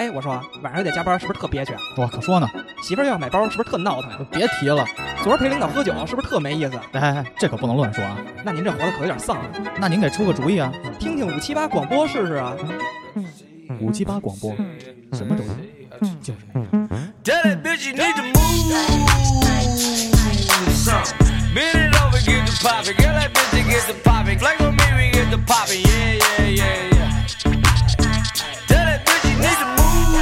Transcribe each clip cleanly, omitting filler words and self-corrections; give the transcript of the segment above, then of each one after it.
哎，我说晚上又得加班，是不是特憋屈？ 我可说呢， 媳妇儿又要买包，是不是特闹腾呀？ 别提了， 昨儿陪领导喝酒，是不是特没意思？ 哎，这可不能乱说啊。 那您这活的可有点丧啊。 那您给出个主意啊， 听听578广播试试啊。 578广播，什么都有，就是。 Bend it over, get the poppin'. Girl, that bitch get the poppin'. Flank on me, we get the poppin'. Yeah, yeah, yeah, yeah. Tell that bitch you need to move.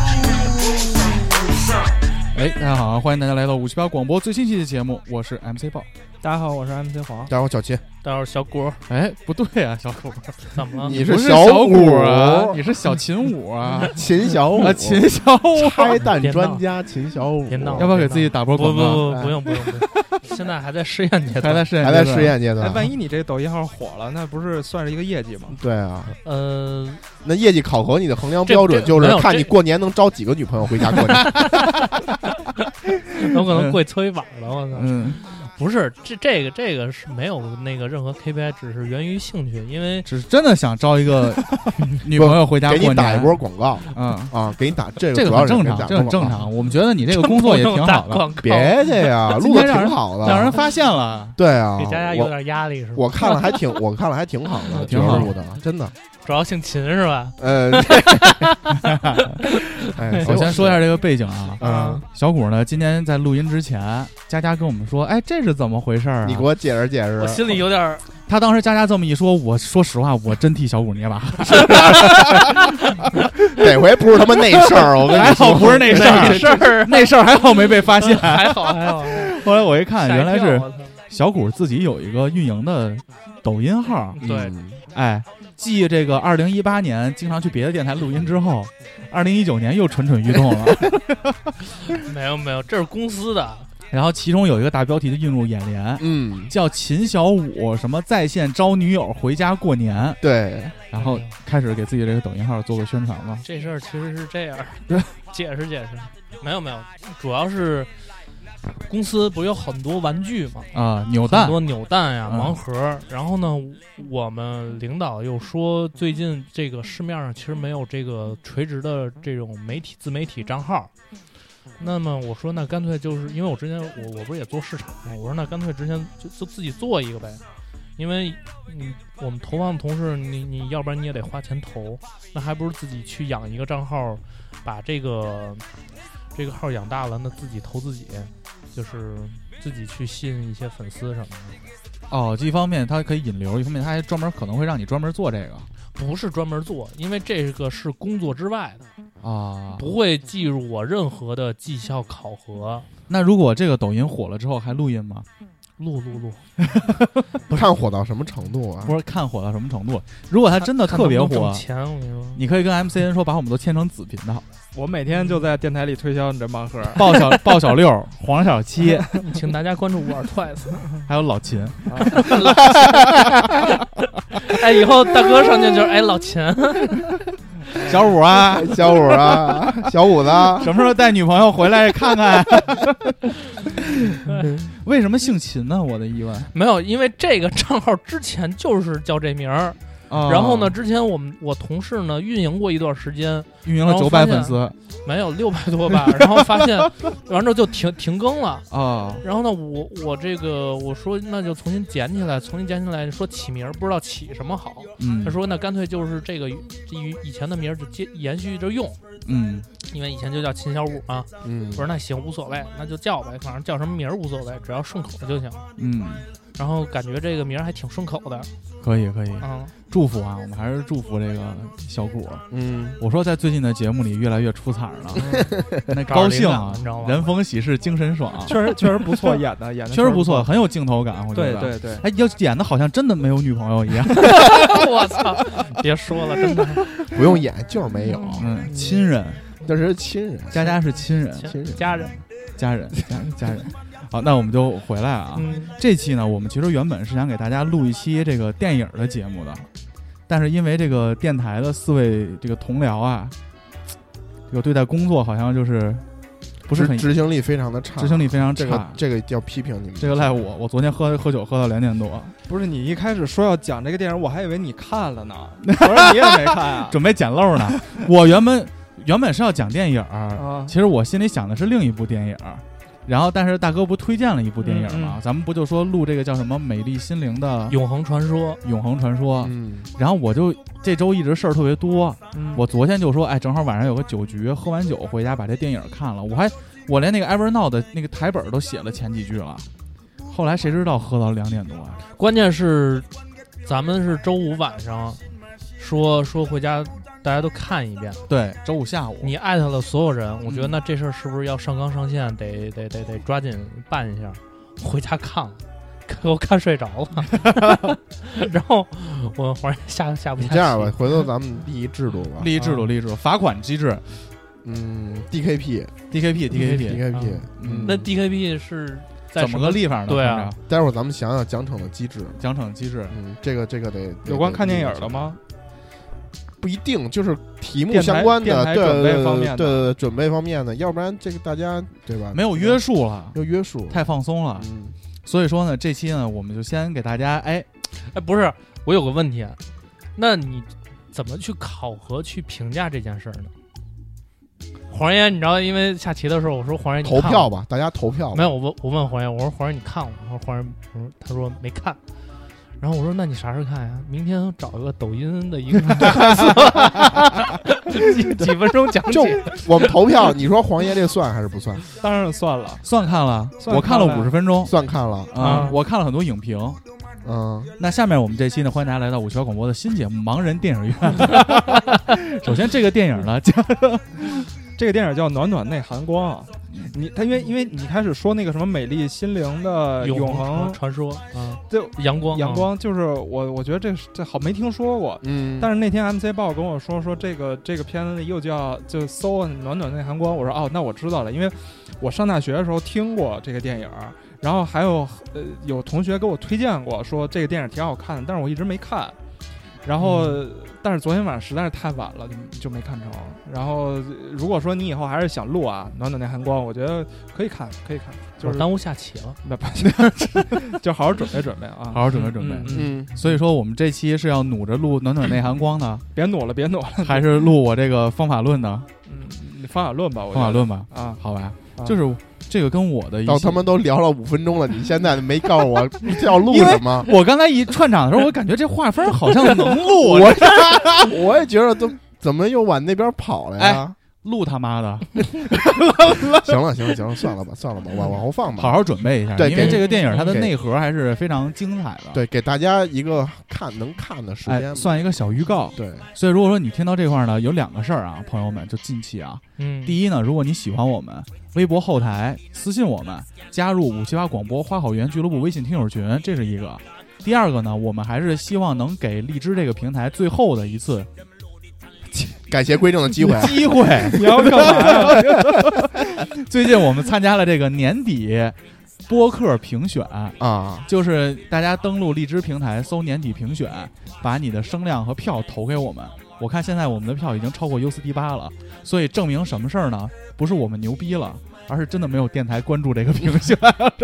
哎，大家好，欢迎大家来到578广播最新期的节目，我是 MC 豹。 大家好，我是 MC 黄。 大家好，我小齐。 大家好，小谷。 哎，不对啊，小谷， 怎么了？ 你是小谷啊？你是小秦武啊？ 秦小武， 秦小武， 拆弹专家秦小武。 别闹， 要不要给自己打波广告？ 不用，现在还在试验阶段， 还在试验阶段。 哎，万一你这抖音号火了，那不是算是一个业绩吗？ 对啊， 那业绩考核你的衡量标准就是看你过年能招几个女朋友回家过年。 有可能跪搓衣板了，我操！不是，这个是没有那个任何 KPI， 只是源于兴趣，因为只是真的想招一个女朋友回家过年， 给你打一波广告，给你打这个很正常，这很正常。我们觉得你这个工作也挺好的， 别去呀，录的挺好的， 让人发现了。 对啊， 给佳佳有点压力是吧？ 我看了还挺好的， 挺好的，真的。 主要姓秦是吧？ 我先说一下这个背景啊。 小谷呢，今天在录音之前，佳佳跟我们说，哎，这是怎么回事啊？ 你给我解释解释。 我心里有点。 他当时佳佳这么一说，我说实话，我真替小谷捏把汗。 哪回不是他妈那事儿？我跟你说， 还好不是那事儿，那事儿还好没被发现， 还好。 后来我一看，原来是小谷自己有一个运营的抖音号。 对， 哎。继这个2018年经常去别的电台录音之后，2019年又蠢蠢欲动了。 没有，这是公司的。 然后其中有一个大标题就映入眼帘，叫秦小武什么在线招女友回家过年。 对， 然后开始给自己这个抖音号做个宣传了。 这事儿其实是这样，解释，没有，主要是。公司不是有很多玩具吗？扭蛋，很多扭蛋呀、盲盒。然后呢，我们领导又说，最近这个市面上其实没有这个垂直的这种自媒体账号。那么我说，那干脆就是因为我之前我不是也做市场吗？我说那干脆之前就自己做一个呗，因为我们投放的同事，你要不然你也得花钱投，那还不如自己去养一个账号，把这个号养大了，那自己投自己。就是自己去吸引一些粉丝什么的。 一方面它可以引流，一方面它还专门可能会让你专门做这个。 不是专门做，因为这个是工作之外的不会计入我任何的绩效考核。 那如果这个抖音火了之后还录音吗？ 录看火到什么程度啊？ 不是看火到什么程度，如果它真的特别火， 挣钱我跟你说， 你可以跟 MCN 说把我们都签成子频道。 我每天就在电台里推销你这盲盒， 鲍小六、黄小七， 请大家关注我Twice， 还有老秦。 哎，以后大哥上去就是老秦。 小五啊， 小五子， 什么时候带女朋友回来看看？为什么姓秦呢？我的疑问。 没有，因为这个账号之前就是叫这名儿。然后呢，之前我同事呢运营过一段时间， 运营了900粉丝， 没有600多吧。然后发现完之后就停更了然后呢，我这个我说那就重新捡起来，说起名不知道起什么好。他说那干脆就是这个以前的名就延续着用。因为以前就叫秦小武嘛。我说那行无所谓，那就叫呗，反正叫什么名无所谓，只要顺口就行。然后感觉这个名还挺顺口的。 可以祝福啊，我们还是祝福这个小谷。我说在最近的节目里越来越出彩了，那高兴啊， 你知道吗？ 人逢喜事精神爽， 确实不错，演的确实不错，很有镜头感，我觉得。对， 哎，要演的好像真的没有女朋友一样。 我操！别说了，真的不用演，就是没有。 亲人， 这是亲人， 佳是亲人， 家人。 好，那我们就回来啊。这期呢，我们其实原本是想给大家录一期这个电影的节目的，但是因为这个电台的4位这个同僚啊，这个对待工作好像就是不是很执行力非常的差，这个要批评你们。 这个赖我昨天喝酒喝到2点多。 不是你一开始说要讲这个电影，我还以为你看了呢。我说你也没看啊， 准备捡漏呢。我原本原本是要讲电影其实我心里想的是另一部电影。然后，但是大哥不推荐了一部电影吗？咱们不就说录这个叫什么《美丽心灵的永恒传说》？ 永恒传说。然后我就这周一直事儿特别多。我昨天就说，哎，正好晚上有个酒局，喝完酒回家把这电影看了。我连那个 Evernote 的那个台本都写了前几句了。后来谁知道喝到2点多。 关键是，咱们是周五晚上说回家。大家都看一遍， 对，周五下午你艾特了所有人，我觉得那这事儿是不是要上纲上线，得抓紧办一下，回家看了，给我看睡着了，然后我忽然下不下去。 你这样吧，回头咱们立一制度吧， 立一制度，罚款机制 ，DKP， 那 DKP 是怎么个立法呢？ 对啊， 待会儿咱们想想奖惩的机制，这个得有关看电影的吗？ 不一定，就是题目相关的，对准备方面的， 对准备方面的，要不然这个大家对吧？ 没有约束了， 有约束， 太放松了。所以说呢，这期呢，我们就先给大家， 不是，我有个问题，那你怎么去考核、去评价这件事呢？黄爷，你知道，因为下棋的时候，我说黄爷，你投票吧，大家投票吧。 没有，我问黄爷，我说黄爷你看我，我说黄爷，他说没看。然后我说：“那你啥时候看呀？明天找一个抖音的一个几分钟讲解。 就我们投票，你说黄爷这算还是不算？ 当然算了， 算看了，我看了50分钟， 算看了啊，我看了很多影评。那下面我们这期呢，欢迎大家来到57号广播的新节目《盲人电影院》。首先，这个电影呢， 这个电影叫《暖暖内含光》。因为你开始说那个什么美丽心灵的永恒传说， 就阳光， 就是我觉得这好没听说过，但是那天 MC 报跟我说这个片子又就搜暖暖内含光，我说哦，那我知道了，因为我上大学的时候听过这个电影，然后还有同学给我推荐过，说这个电影挺好看的，但是我一直没看。然后，但是昨天晚上实在是太晚了，就没看成。然后，如果说你以后还是想录啊，暖暖内含光，我觉得可以看，就是耽误下棋了， 就好好准备准备啊， 好好准备。所以说，我们这期是要努着录暖暖内含光呢， 别努了， 还是录我这个方法论呢？ 方法论吧， 方法论吧，好吧，就是。这个跟我的一， 他们都聊了5分钟了，你现在没告诉我要录什么？ 我刚才一串场的时候，我感觉这画风好像能录， 我也觉得都怎么又往那边跑了呀？ 录他妈的！ 行了，算了吧，往后放吧， 好好准备一下。 对， 因为这个电影它的内核还是非常精彩的。 对，给大家一个能看的时间， 算一个小预告。 对， 所以如果说你听到这块呢，有2个事儿啊，朋友们就近期啊，第一呢，如果你喜欢我们，微博后台私信我们，加入578广播花好园俱乐部微信听友群，这是一个。第二个呢，我们还是希望能给荔枝这个平台最后的一次。 改邪归正的机会， 你要干嘛呀？最近我们参加了这个年底播客评选啊，就是大家登录荔枝平台搜年底评选，把你的声量和票投给我们。我看现在我们的票已经超过 U4D8 了，所以证明什么事儿呢？不是我们牛逼了，而是真的没有电台关注这个评选。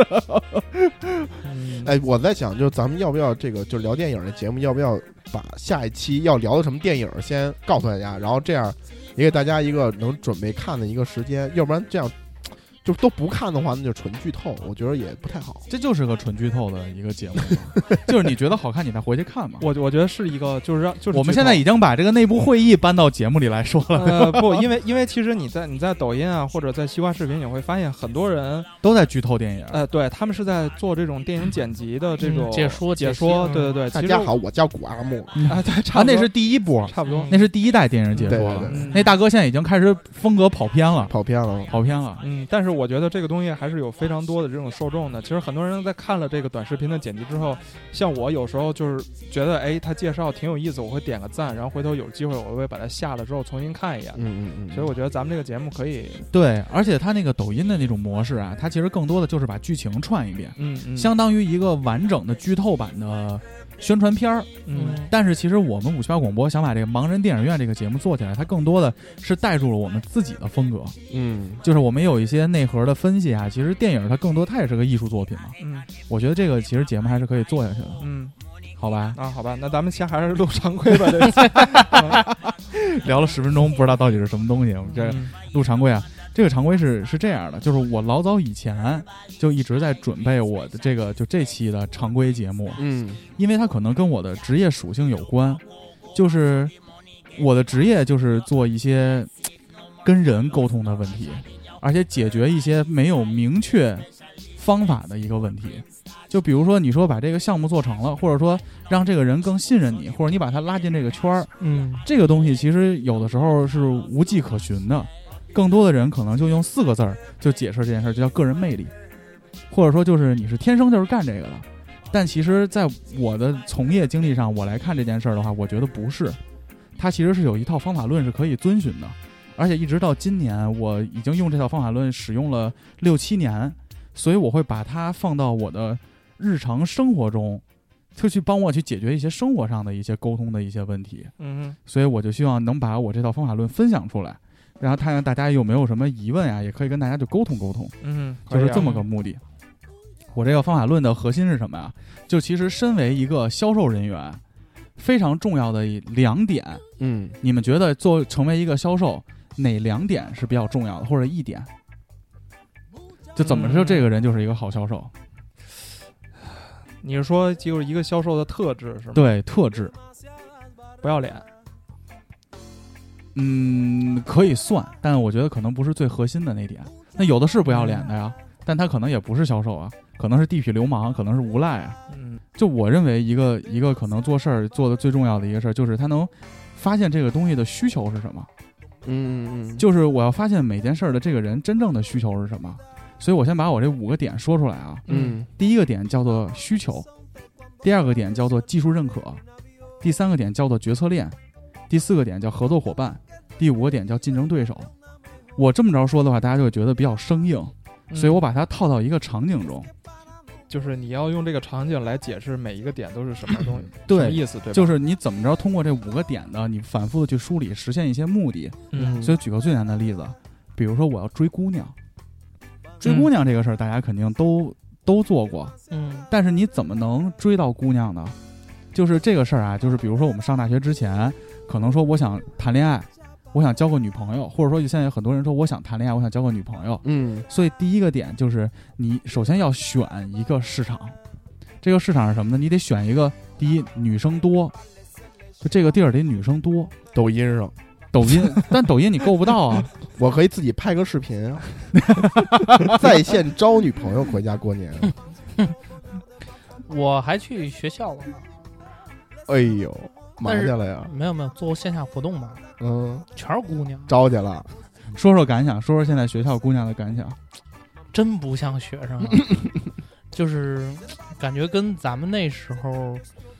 我在想，就是咱们要不要这个，就是聊电影的节目，要不要把下一期要聊的什么电影先告诉大家，然后这样也给大家一个能准备看的一个时间，要不然这样就都不看的话，那就纯剧透，我觉得也不太好。 这就是个纯剧透的一个节目，就是你觉得好看，你再回去看嘛。 我觉得是一个，就是我们现在已经把这个内部会议搬到节目里来说了。 不，因为其实你在抖音啊，或者在西瓜视频，你会发现很多人都在剧透电影。 对，他们是在做这种电影剪辑的这种解说。 对。 大家好，我叫古阿木啊，对，差不多那是第一波， 差不多， 那是第1代电影解说了。那大哥现在已经开始风格跑偏了。 但是我觉得这个东西还是有非常多的这种受众的。其实很多人在看了这个短视频的剪辑之后，像我有时候就是觉得他介绍挺有意思，我会点个赞，然后回头有机会我会把它下了之后重新看一眼。所以我觉得咱们这个节目可以。 对，而且他那个抖音的那种模式啊，它其实更多的就是把剧情串一遍，相当于一个完整的剧透版的宣传片儿。但是其实我们58广播想把这个盲人电影院这个节目做起来，它更多的是带入了我们自己的风格。就是我们有一些内核的分析啊，其实电影它更多它也是个艺术作品嘛。我觉得这个其实节目还是可以做下去的。好吧， 好吧，那咱们先还是录常规吧。这聊了10分钟，不知道到底是什么东西。我们这录常规啊，这个常规是这样的，就是我老早以前就一直在准备我的这期的常规节目，因为它可能跟我的职业属性有关，就是我的职业就是做一些跟人沟通的问题，而且解决一些没有明确方法的一个问题。就比如说你说把这个项目做成了，或者说让这个人更信任你，或者你把他拉进这个圈儿，这个东西其实有的时候是无迹可寻的，更多的人可能就用4个字儿就解释这件事，就叫个人魅力，或者说就是你是天生就是干这个的。但其实在我的从业经历上，我来看这件事的话，我觉得不是，它其实是有一套方法论是可以遵循的，而且一直到今年我已经用这套方法论使用了6、7年，所以我会把它放到我的日常生活中，就去帮我去解决一些生活上的一些沟通的一些问题。所以我就希望能把我这套方法论分享出来，然后看看大家有没有什么疑问呀，也可以跟大家就沟通沟通。就是这么个目的。我这个方法论的核心是什么呀？就其实身为一个销售人员，非常重要的2点，你们觉得成为一个销售哪2点是比较重要的，或者1点？就怎么说这个人就是一个好销售？ 你是说就是一个销售的特质是吗？ 对，特质。 不要脸。 可以算，但我觉得可能不是最核心的那点。那有的是不要脸的呀，但他可能也不是销售啊，可能是地痞流氓，可能是无赖啊。就我认为一个可能做事儿做的最重要的一个事儿，就是他能发现这个东西的需求是什么。就是我要发现每件事儿的这个人真正的需求是什么。所以我先把我这5个点说出来啊。第一个点叫做需求，第2个点叫做技术认可，第3个点叫做决策链，第4个点叫合作伙伴，第5个点叫竞争对手。我这么着说的话，大家就会觉得比较生硬，所以我把它套到一个场景中， 就是你要用这个场景来解释每一个点都是什么东西， 对， 什么意思，对吧？ 就是你怎么着通过这5个点的，你反复的去梳理，实现一些目的。所以举个最简单的例子，比如说我要追姑娘。追姑娘这个事儿，大家肯定都做过，但是你怎么能追到姑娘呢？就是这个事儿啊，就是比如说我们上大学之前，可能说我想谈恋爱，我想交个女朋友，或者说现在有很多人说我想谈恋爱，我想交个女朋友。所以第一个点就是你首先要选一个市场，这个市场是什么呢？你得选一个第一女生多，就这个地儿得女生多。 抖音上。 但抖音你够不到啊！ 我可以自己拍个视频啊，在线招女朋友回家过年。 我还去学校了。 哎呦，忙去了呀？ 没有做过线下活动嘛？全是姑娘招去了。 说说感想，说说现在学校姑娘的感想。 真不像学生，就是感觉跟咱们那时候，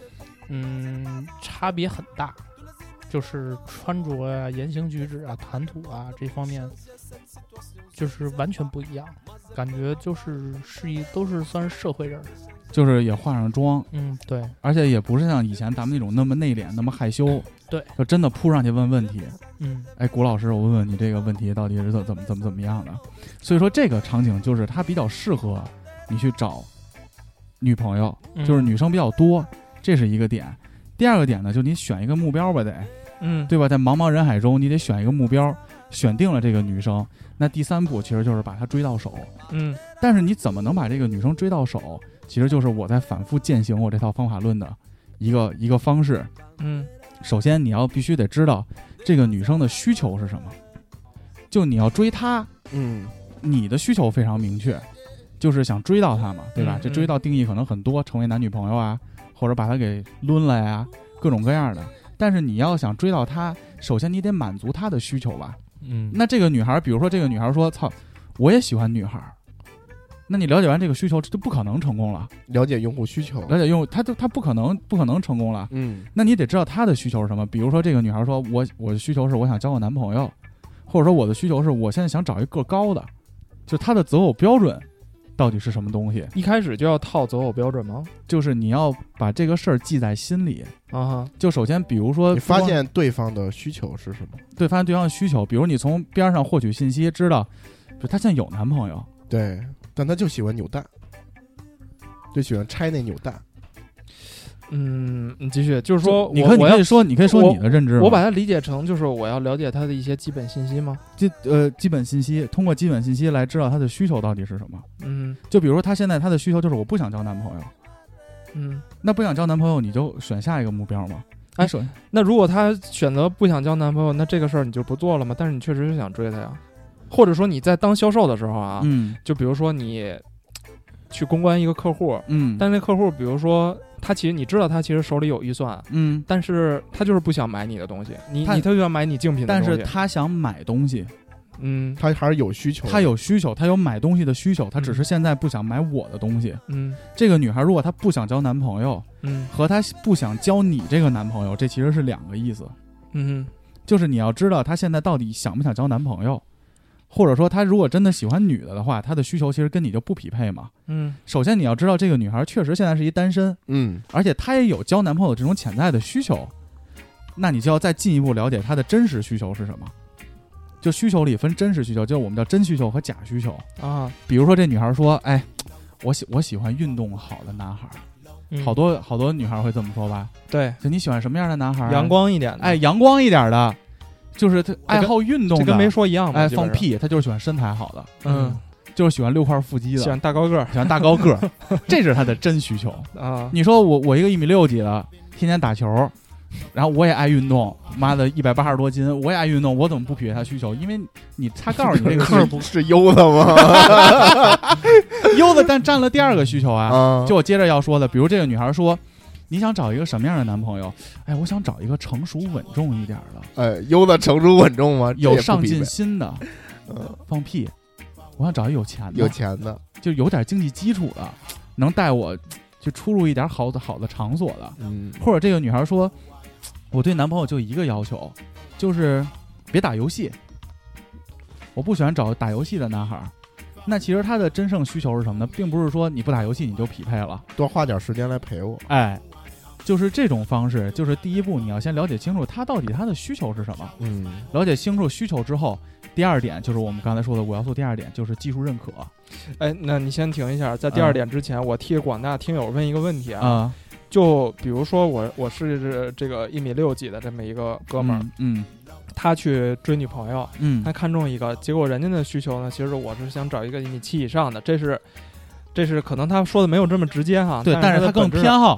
差别很大。就是穿着啊、言行举止啊、谈吐啊这方面，就是完全不一样。感觉就是都是算是社会人， 就是也化上妆。 对，而且也不是像以前咱们那种那么内敛、那么害羞。 对， 就真的扑上去问问题。哎，谷老师，我问问你这个问题到底是怎么样的？所以说这个场景就是它比较适合你去找女朋友，就是女生比较多，这是一个点。第2个点呢，就你选一个目标吧，得。对吧？在茫茫人海中，你得选一个目标，选定了这个女生，那第3步其实就是把她追到手。但是你怎么能把这个女生追到手？其实就是我在反复践行我这套方法论的一个方式。首先你要必须得知道这个女生的需求是什么，就你要追她，你的需求非常明确，就是想追到她嘛，对吧？这追到定义可能很多，成为男女朋友啊，或者把她给抡了呀，各种各样的。但是你要想追到她，首先你得满足她的需求吧。那这个女孩，比如说这个女孩说：“操，我也喜欢女孩。”那你了解完这个需求，这就不可能成功了。 了解用户需求， 了解用户，她不可能成功了。那你得知道她的需求是什么。比如说这个女孩说：“我的需求是我想交个男朋友，或者说我的需求是我现在想找一个高的。”就她的择偶标准到底是什么东西？ 一开始就要套择偶标准吗？ 就是你要把这个事儿记在心里啊。就首先，比如说， 你发现对方的需求是什么？ 对，发现对方的需求，比如你从边上获取信息，知道，就他现在有男朋友， 对，但他就喜欢扭蛋，就喜欢拆那扭蛋。 你继续，就是说你可以说你的认知， 我把它理解成就是我要了解他的一些基本信息吗？ 基本信息，通过基本信息来知道他的需求到底是什么。就比如说他现在他的需求就是我不想交男朋友，那不想交男朋友你就选下一个目标嘛。 那如果他选择不想交男朋友，那这个事儿你就不做了吗？但是你确实是想追他呀，或者说你在当销售的时候啊，就比如说你去公关一个客户，但是那客户比如说他其实你知道他其实手里有预算，但是他就是不想买你的东西，他就想买你竞品的东西， 但是他想买东西， 他还是有需求， 他有需求，他有买东西的需求，他只是现在不想买我的东西。这个女孩如果她不想交男朋友，和她不想交你这个男朋友，这其实是两个意思。就是你要知道她现在到底想不想交男朋友。或者说他如果真的喜欢女的话，他的需求其实跟你就不匹配嘛。首先你要知道这个女孩确实现在是一单身，而且她也有交男朋友这种潜在的需求，那你就要再进一步了解她的真实需求是什么。就需求里分真实需求，就是我们叫真需求和假需求啊。比如说这女孩说，哎，我喜欢运动好的男孩，好多女孩会这么说吧？对，就你喜欢什么样的男孩？ 阳光一点的， 阳光一点的。就是他爱好运动的， 这跟没说一样嘛。 放屁，他就是喜欢身材好的，就是喜欢6块腹肌的， 喜欢大高个， 这是他的真需求啊。你说我一个1.6米几的，天天打球，然后我也爱运动，妈的180多斤，我也爱运动，我怎么不匹配他需求？因为他告诉你这个是不是优的吗？ 优的，但占了第二个需求啊。就我接着要说的，比如这个女孩说。你想找一个什么样的男朋友？哎，我想找一个成熟稳重一点的。 优的成熟稳重吗？ 有上进心的。放屁！我想找一有钱的，就有点经济基础的，能带我去出入一点好的场所的。或者这个女孩说，我对男朋友就一个要求，就是别打游戏。我不喜欢找打游戏的男孩。那其实他的真正需求是什么呢？并不是说你不打游戏你就匹配了， 多花点时间来陪我。 就是这种方式，就是第一步你要先了解清楚他到底他的需求是什么。了解清楚需求之后，第二点就是我们刚才说的5要素，第二点就是技术认可。 那你先停一下，在第二点之前，我替广大听友问一个问题啊。就比如说我是这个1.6米几的这么一个哥们儿，他去追女朋友，他看中一个，结果人家的需求呢，其实我是想找一个1.7米以上的，这是可能他说的没有这么直接哈， 对，但是他更偏好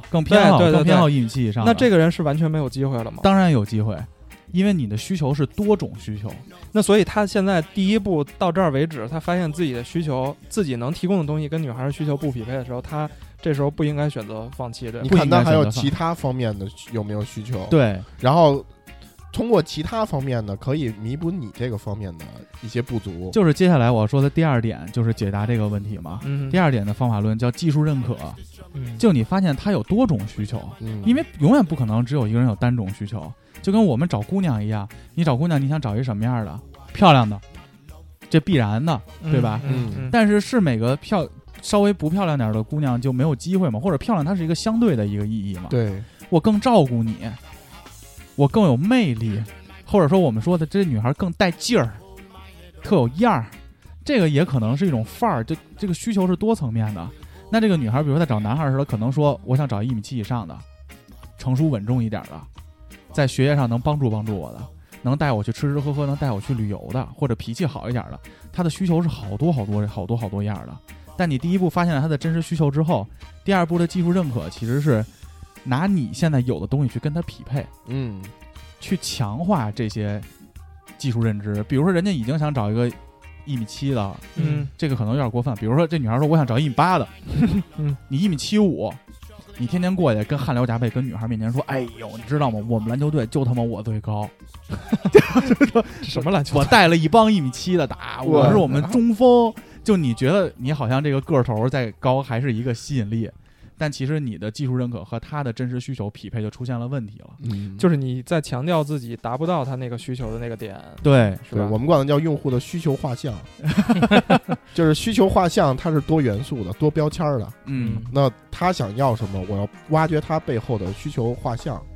1.7米以上。 那这个人是完全没有机会了吗？ 当然有机会，因为你的需求是多种需求。 那所以他现在第一步到这儿为止，他发现自己的需求，自己能提供的东西跟女孩的需求不匹配的时候，他这时候不应该选择放弃的。 你看他还有其他方面的有没有需求？ 对， 然后通过其他方面呢，可以弥补你这个方面的一些不足。 就是接下来我要说的第二点，就是解答这个问题嘛。第二点的方法论叫技术认可。就你发现他有多种需求，因为永远不可能只有一个人有单种需求。就跟我们找姑娘一样，你找姑娘，你想找一什么样的？漂亮的，这必然的，对吧？但是每个稍微不漂亮点的姑娘就没有机会嘛？或者漂亮它是一个相对的一个意义嘛？ 对， 我更照顾你。我更有魅力，或者说我们说的这女孩更带劲儿，特有样儿，这个也可能是一种范儿。这个需求是多层面的。那这个女孩，比如在找男孩的时候，可能说我想找1.7米以上的，成熟稳重一点的，在学业上能帮助我的，能带我去吃吃喝喝，能带我去旅游的，或者脾气好一点的。她的需求是好多样的。但你第一步发现了她的真实需求之后，第二步的技术认可其实是拿你现在有的东西去跟他匹配，去强化这些技术认知。比如说人家已经想找一个1.7米的，这个可能有点过分。比如说这女孩说我想找1.8米的，你1.75米，你天天过去跟汗流浃背跟女孩面前说，哎呦，你知道吗？我们篮球队就他妈我最高， 什么篮球？ 我带了一帮1.7米的打，我是我们中锋。就你觉得你好像这个个头再高还是一个吸引力，但其实你的技术认可和他的真实需求匹配就出现了问题了。 就是你在强调自己达不到他那个需求的那个点。 对， 是吧？ 我们管它叫用户的需求画像，就是需求画像它是多元素的、多标签的。那他想要什么，我要挖掘他背后的需求画像，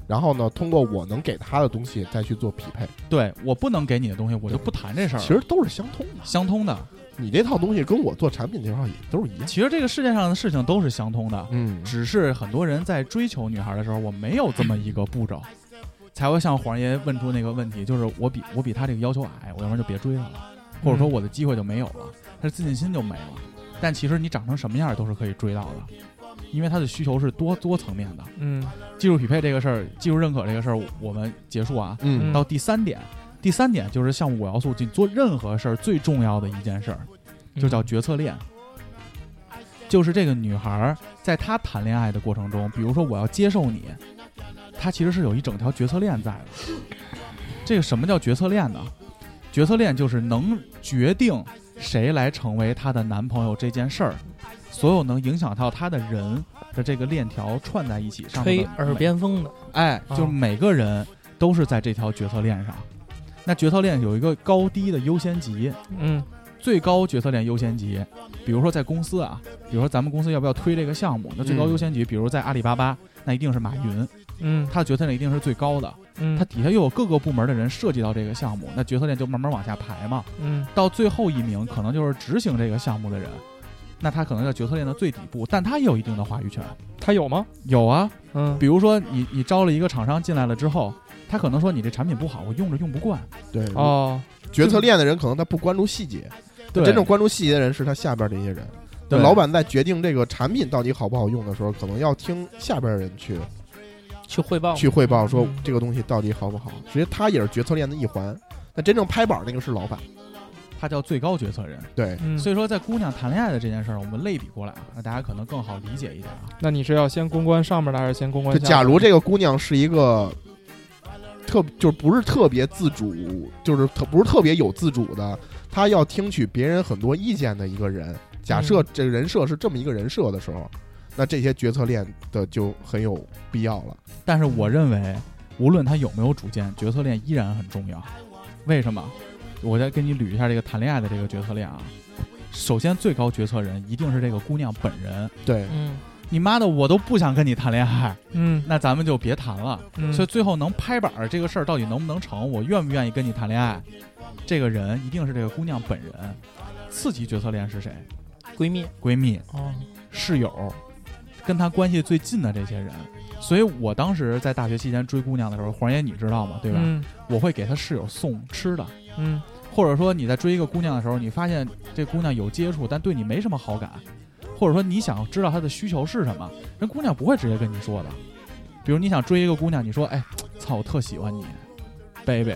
然后呢，通过我能给他的东西再去做匹配。 对，我不能给你的东西，我就不谈这事儿。 其实都是相通的。你这套东西跟我做产品这套也都是一样。 其实这个世界上的事情都是相通的，只是很多人在追求女孩的时候，我没有这么一个步骤，才会像黄爷问出那个问题，就是我比他这个要求矮，我要不然就别追他了，或者说我的机会就没有了，他的自信心就没了。但其实你长成什么样都是可以追到的，因为他的需求是多层面的。技术匹配这个事儿，技术认可这个事儿，我们结束啊。到第三点就是项目5要素，你做任何事儿最重要的一件事儿，就叫决策链。就是这个女孩在她谈恋爱的过程中，比如说我要接受你，她其实是有一整条决策链在的。这个什么叫决策链呢？决策链就是能决定谁来成为她的男朋友这件事儿，所有能影响到她的人的这个链条串在一起上面的吹耳边风的， 就是每个人都是在这条决策链上。那决策链有一个高低的优先级，最高决策链优先级，比如说在公司啊，比如说咱们公司要不要推这个项目，那最高优先级，比如在阿里巴巴，那一定是马云，他的决策链一定是最高的，他底下又有各个部门的人涉及到这个项目，那决策链就慢慢往下排嘛，到最后一名可能就是执行这个项目的人，那他可能在决策链的最底部，但他也有一定的话语权。 他有吗？ 有啊，比如说你招了一个厂商进来了之后，他可能说你这产品不好，我用不惯。 对决策链的人可能他不关注细节，真正关注细节的人是他下边这些人。对，老板在决定这个产品到底好不好用的时候，可能要听下边的人去汇报说这个东西到底好不好。实际他也是决策链的一环。那真正拍板那个是老板， 他叫最高决策人。 对， 所以说在姑娘谈恋爱的这件事儿，我们类比过来啊，那大家可能更好理解一点啊。 那你是要先公关上面的，还是先公关下面的？ 假如这个姑娘是一个就是不是特别自主，就是不是特别有自主的，她要听取别人很多意见的一个人。假设这个人设是这么一个人设的时候，那这些决策链的就很有必要了。 但是我认为，无论他有没有主见，决策链依然很重要。为什么？我再跟你捋一下这个谈恋爱的这个决策链啊。首先，最高决策人一定是这个姑娘本人。 对， 你妈的，我都不想跟你谈恋爱，那咱们就别谈了。所以最后能拍板这个事儿到底能不能成，我愿不愿意跟你谈恋爱，这个人一定是这个姑娘本人。次级决策链是谁？ 闺蜜室友，跟她关系最近的这些人。所以我当时在大学期间追姑娘的时候，黄爷你知道吗？对吧？我会给她室友送吃的。或者说你在追一个姑娘的时候，你发现这姑娘有接触，但对你没什么好感，或者说你想知道她的需求是什么，人姑娘不会直接跟你说的。比如你想追一个姑娘，你说哎，操，我特喜欢你 ，baby。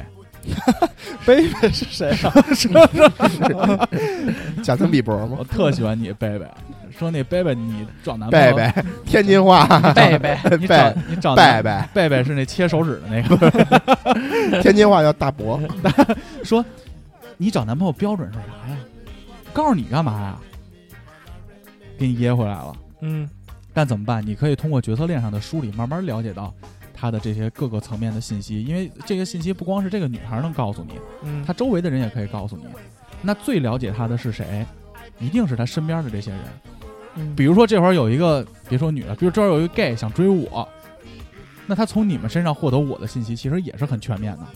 baby 是谁啊？ 贾森比伯吗？ 我特喜欢你 baby。说那 baby 你找男朋友 baby 天津话 baby 你找 baby 是那切手指的那个天津话叫大伯。 说你找男朋友标准是啥呀？告诉你干嘛呀？给你噎回来了。但怎么办？你可以通过决策链上的梳理，慢慢了解到他的这些各个层面的信息，因为这个信息不光是这个女孩能告诉你，他周围的人也可以告诉你。那最了解他的是谁？一定是他身边的这些人。比如说这会儿有一个，别说女的，比如这会儿有一个 gay 想追我，那他从你们身上获得我的信息，其实也是很全面的。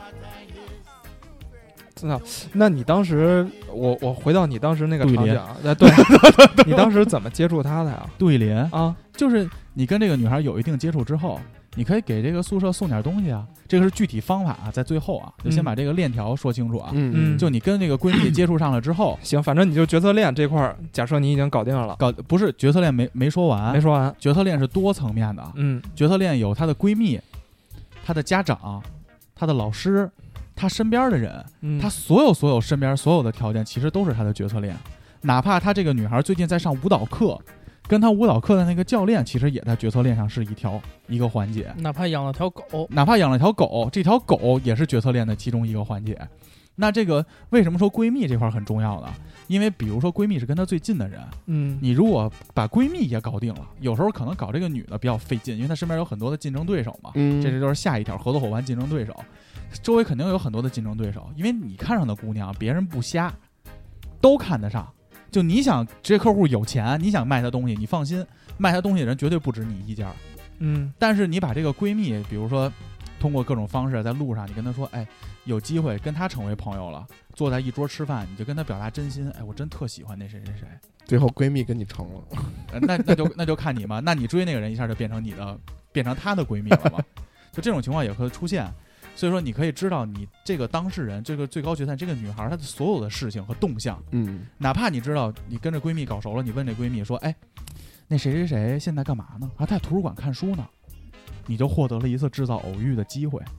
那你当时，我回到你当时那个场景啊，对，你当时怎么接触他的呀？ 杜依林啊，就是你跟这个女孩有一定接触之后，你可以给这个宿舍送点东西啊，这个是具体方法啊，在最后啊，就先把这个链条说清楚啊。就你跟这个闺蜜接触上了之后， 行，反正你就决策链这块，假设你已经搞定了， 不是决策链没说完，决策链是多层面的。决策链有她的闺蜜、她的家长、她的老师。他身边的人，他所有身边所有的条件，其实都是他的决策链。哪怕他这个女孩最近在上舞蹈课，跟他舞蹈课的那个教练，其实也在决策链上是一个环节。 哪怕养了条狗， 这条狗也是决策链的其中一个环节。那这个为什么说闺蜜这块很重要呢？因为比如说闺蜜是跟她最近的人，你如果把闺蜜也搞定了，有时候可能搞这个女的比较费劲，因为她身边有很多的竞争对手嘛。这就是下一条合作伙伴竞争对手。周围肯定有很多的竞争对手，因为你看上的姑娘，别人不瞎，都看得上。就你想这客户有钱，你想卖他东西，你放心，卖他东西的人绝对不止你一家， 但是你把这个闺蜜，比如说通过各种方式在路上，你跟她说，哎，有机会跟她成为朋友了，坐在一桌吃饭，你就跟她表达真心，哎，我真特喜欢那谁谁谁。 最后闺蜜跟你成了， 那就看你嘛。那你追那个人一下就变成她的闺蜜了嘛？就这种情况也会出现。所以说，你可以知道你这个当事人，这个最高决赛这个女孩她的所有的事情和动向。哪怕你知道你跟着闺蜜搞熟了，你问这闺蜜说，哎，那谁谁谁现在干嘛呢？啊，他在图书馆看书呢。你就获得了一次制造偶遇的机会。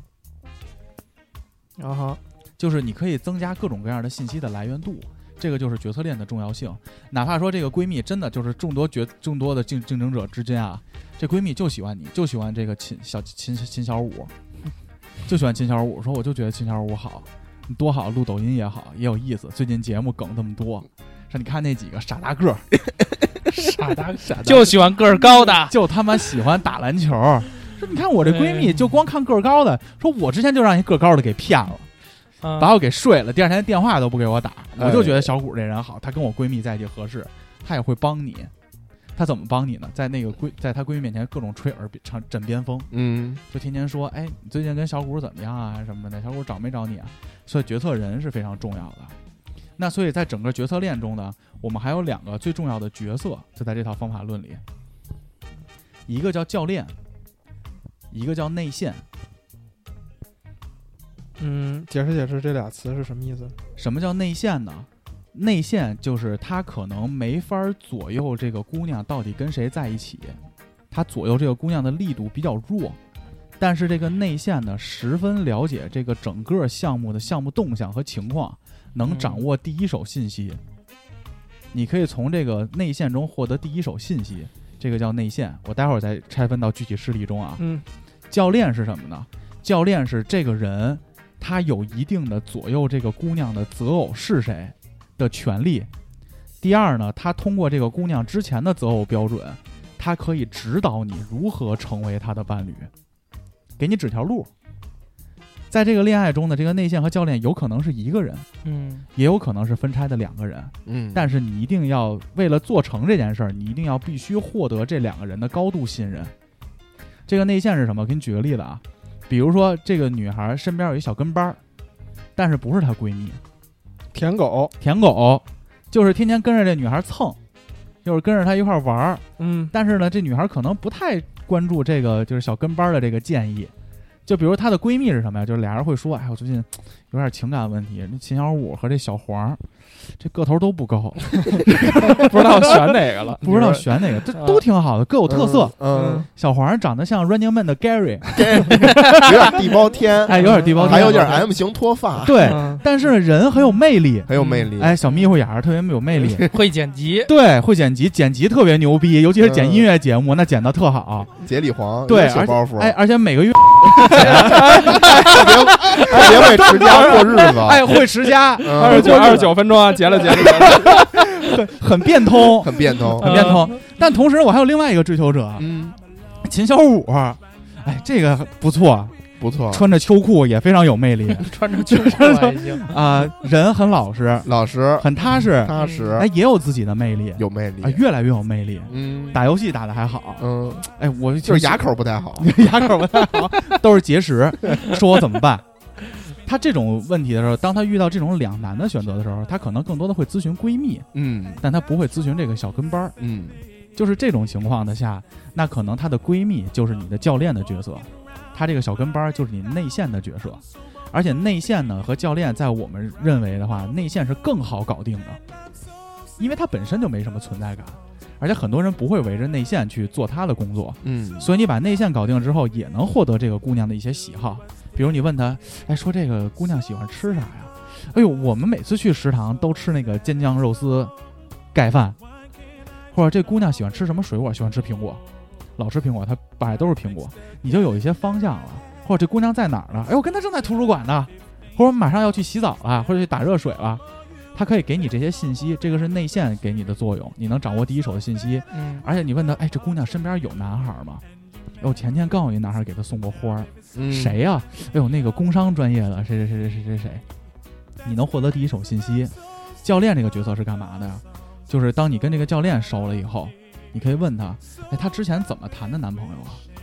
就是你可以增加各种各样的信息的来源度。这个就是决策链的重要性。哪怕说这个闺蜜真的就是众多的竞争者之间啊，这闺蜜就喜欢你，就喜欢这个秦小五，就喜欢秦小五，说我就觉得秦小五好，多好，录抖音也好，也有意思。最近节目梗这么多，说你看那几个傻大个儿， 傻大就喜欢个儿高的， 就他妈喜欢打篮球。说你看我这闺蜜就光看个儿高的，说我之前就让一个儿高的给骗了。把我给睡了，第二天电话都不给我打，我就觉得小谷这人好，她跟我闺蜜在一起合适，她也会帮你。她怎么帮你呢？在她闺蜜面前各种吹枕边风，就天天说，哎，你最近跟小谷怎么样啊什么的，小谷找没找你啊？所以决策人是非常重要的。那所以在整个决策链中呢，我们还有2个最重要的角色，就在这套方法论里，一个叫教练，一个叫内线。 解释这俩词是什么意思？ 什么叫内线呢？内线就是他可能没法左右这个姑娘到底跟谁在一起，他左右这个姑娘的力度比较弱，但是这个内线呢，十分了解这个整个项目的项目动向和情况，能掌握第一手信息。你可以从这个内线中获得第一手信息，这个叫内线。我待会儿再拆分到具体事例中啊。教练是什么呢？教练是这个人。他有一定的左右这个姑娘的择偶是谁的权利。第二呢，他通过这个姑娘之前的择偶标准，他可以指导你如何成为他的伴侣，给你指条路。在这个恋爱中的这个内线和教练有可能是一个人，也有可能是分拆的2个人，但是你一定要为了做成这件事儿，你一定要必须获得这2个人的高度信任。这个内线是什么？给你举个例子啊。比如说这个女孩身边有一小跟班，但是不是她闺蜜， 舔狗就是天天跟着这女孩蹭，就是跟着她一块玩。但是呢，这女孩可能不太关注这个就是小跟班的这个建议。就比如她的闺蜜是什么呀？就是俩人会说，哎，我最近有点情感问题，那秦小五和这小黄这个头都不高， 不知道选哪个了， 这都挺好的，各有特色。小黄长得像 Running Man 的 Gary， 有点地包天， 哎，有点地包天， 还有点 M 型脱发， 对，但是人很有魅力，哎，小迷糊眼儿特别有魅力， 会剪辑， 对，会剪辑特别牛逼，尤其是剪音乐节目，那剪得特好。 杰里黄， 对， 小包袱， 哎，而且每个月特别会持家过日子， 哎，会持家 ，29分钟啊，结了， 很变通。但同时我还有另外一个追求者，秦小五，哎，这个不错，穿着秋裤也非常有魅力， 穿着秋裤还行啊，人很老实，很踏实，哎，也有自己的魅力，越来越有魅力。打游戏打得还好，哎，我就是牙口不太好， 都是节食，说我怎么办？他这种问题的时候，当他遇到这种两难的选择的时候，他可能更多的会咨询闺蜜，但他不会咨询这个小跟班，就是这种情况的下，那可能她的闺蜜就是你的教练的角色，她这个小跟班就是你内线的角色，而且内线呢和教练在我们认为的话，内线是更好搞定的，因为他本身就没什么存在感，而且很多人不会围着内线去做他的工作，所以你把内线搞定之后，也能获得这个姑娘的一些喜好。比如你问她，哎，说这个姑娘喜欢吃啥呀？哎呦，我们每次去食堂都吃那个尖酱肉丝盖饭，或者这姑娘喜欢吃什么水果？喜欢吃苹果，老吃苹果，她摆都是苹果，你就有一些方向了。或者这姑娘在哪儿呢？哎，我跟她正在图书馆呢，或者马上要去洗澡了，或者去打热水了。他可以给你这些信息，这个是内线给你的作用，你能掌握第一手的信息。而且你问他，哎，这姑娘身边有男孩吗？哎呦，前天刚有一男孩给她送过花，谁呀？哎呦，那个工商专业的谁，你能获得第一手信息。教练这个角色是干嘛的呀？就是当你跟这个教练熟了以后，你可以问他，哎，他之前怎么谈的男朋友啊？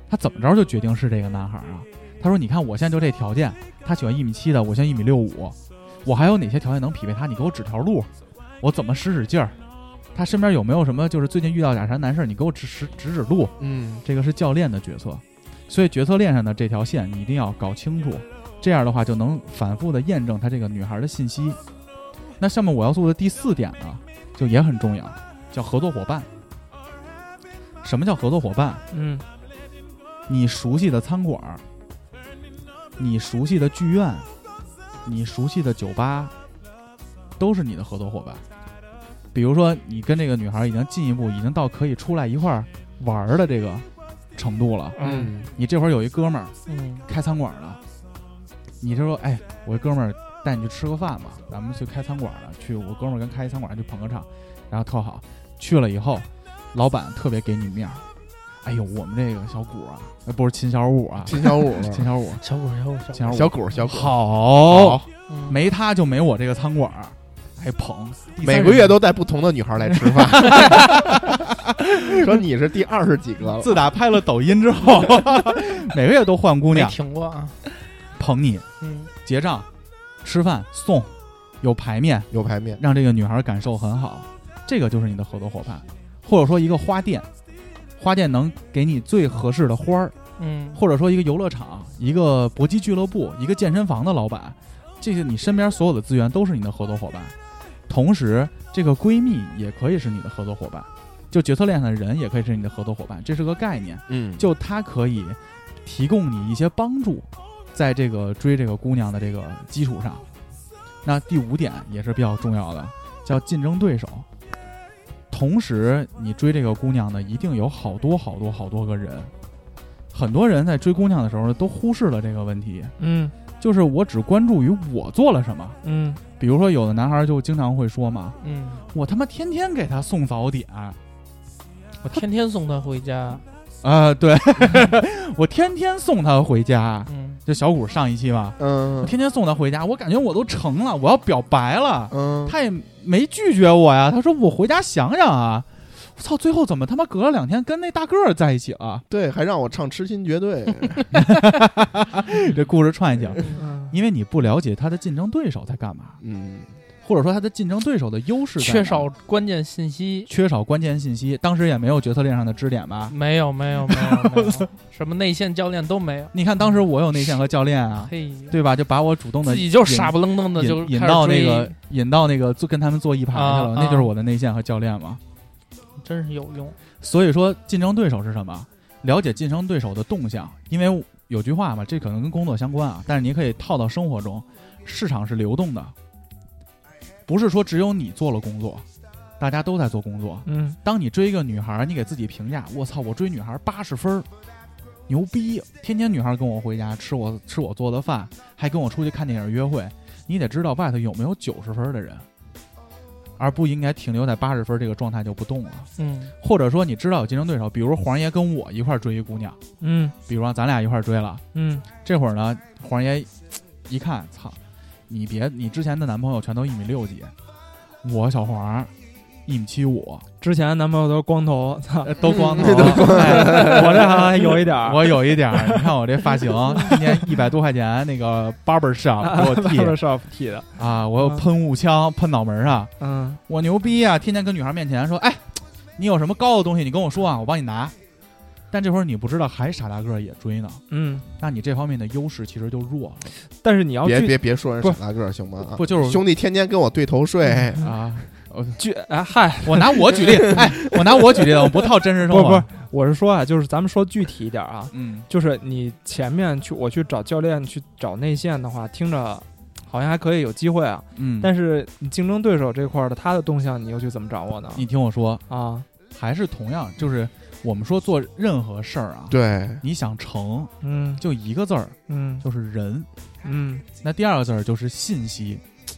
他怎么着就决定是这个男孩啊？他说：“你看我现在就这条件，他喜欢1.7米的，我现在1.65米，我还有哪些条件能匹配他？你给我指条路，我怎么使劲儿？他身边有没有什么就是最近遇到点啥难事，你给我指路。这个是教练的决策，所以决策链上的这条线你一定要搞清楚，这样的话就能反复的验证他这个女孩的信息。那下面我要做的第4点呢，就也很重要，叫合作伙伴。什么叫合作伙伴？你熟悉的餐馆，你熟悉的剧院，你熟悉的酒吧，都是你的合作伙伴。比如说你跟这个女孩已经进一步，已经到可以出来一块儿玩的这个程度了。你这会儿有一哥们儿，开餐馆的，你就说，哎，我哥们儿带你去吃个饭吧，咱们去开餐馆的，去我哥们儿跟开餐馆去捧个场，然后特好。去了以后，老板特别给你面儿。哎呦，我们这个小谷啊，不是秦小五啊， 秦小五， 小谷，好，没他就没我这个餐馆，还捧， 每个月都带不同的女孩来吃饭。说你是第20几个了， 自打拍了抖音之后，每个月都换姑娘， 没听过啊， 捧你，结账、吃饭送，有排面，让这个女孩感受很好，这个就是你的合作伙伴。或者说一个花店能给你最合适的花儿，或者说一个游乐场、一个搏击俱乐部、一个健身房的老板，这个你身边所有的资源都是你的合作伙伴。同时，这个闺蜜也可以是你的合作伙伴，就决策链上的人也可以是你的合作伙伴，这是个概念。就它可以提供你一些帮助，在这个追这个姑娘的这个基础上。那第5点也是比较重要的，叫竞争对手。同时你追这个姑娘呢，一定有好多个人。很多人在追姑娘的时候都忽视了这个问题，就是我只关注于我做了什么，比如说有的男孩就经常会说嘛，我他妈天天给他送早点， 我天天送他回家， 对，我天天送他回家，就小谷上一期嘛，我天天送他回家，我感觉我都成了，我要表白了，他也没拒绝我呀，他说我回家想想啊，我操，最后怎么他妈隔了2天跟那大个儿在一起了？ 对，还让我唱《痴心绝对》。 这故事串一下，因为你不了解他的竞争对手在干嘛，或者说他的竞争对手的优势在哪， 缺少关键信息。 当时也没有决策链上的支点吧？ 没有，什么内线教练都没有。 你看当时我有内线和教练啊，对吧？就把我主动的自己就傻不愣登的就引到那个跟他们做一排去了，那就是我的内线和教练嘛。 真是有用。 所以说竞争对手是什么？了解竞争对手的动向，因为有句话嘛，这可能跟工作相关啊，但是你可以套到生活中，市场是流动的，不是说只有你做了工作，大家都在做工作。当你追一个女孩，你给自己评价，我操，我追女孩80分，牛逼，天天女孩跟我回家吃我做的饭，还跟我出去看电影约会，你得知道外头有没有90分的人，而不应该停留在80分这个状态就不动了。或者说你知道有竞争对手，比如黄爷跟我一块追一姑娘，比如说咱俩一块追了，这会儿呢，黄爷一看，操，你之前的男朋友全都1.6米几，我小黄1.75米， 之前男朋友都光头，操， 都光头， 我这还有一点， 我有一点，你看我这发型，今年100多块钱那个 barber shop 给我剃 ，barber shop 剃的啊，我有喷雾枪喷脑门上，我牛逼啊，天天跟女孩面前说，哎，你有什么高的东西你跟我说啊，我帮你拿。但这会儿你不知道还傻大个也追呢，那你这方面的优势其实就弱了。 但是你要别说人傻大个行吗？ 不就是兄弟天天跟我对头睡啊？ 我拿我举例，我拿我举例了，我不套真实生活。 不是，我是说啊，就是咱们说具体一点啊，就是你前面我去找教练去找内线的话，听着好像还可以有机会啊，但是你竞争对手这块的他的动向，你又去怎么掌握呢？ 你听我说啊， 还是同样，就是我们说做任何事儿啊， 对， 你想成，就一个字儿，就是人，那第2个字儿就是信息。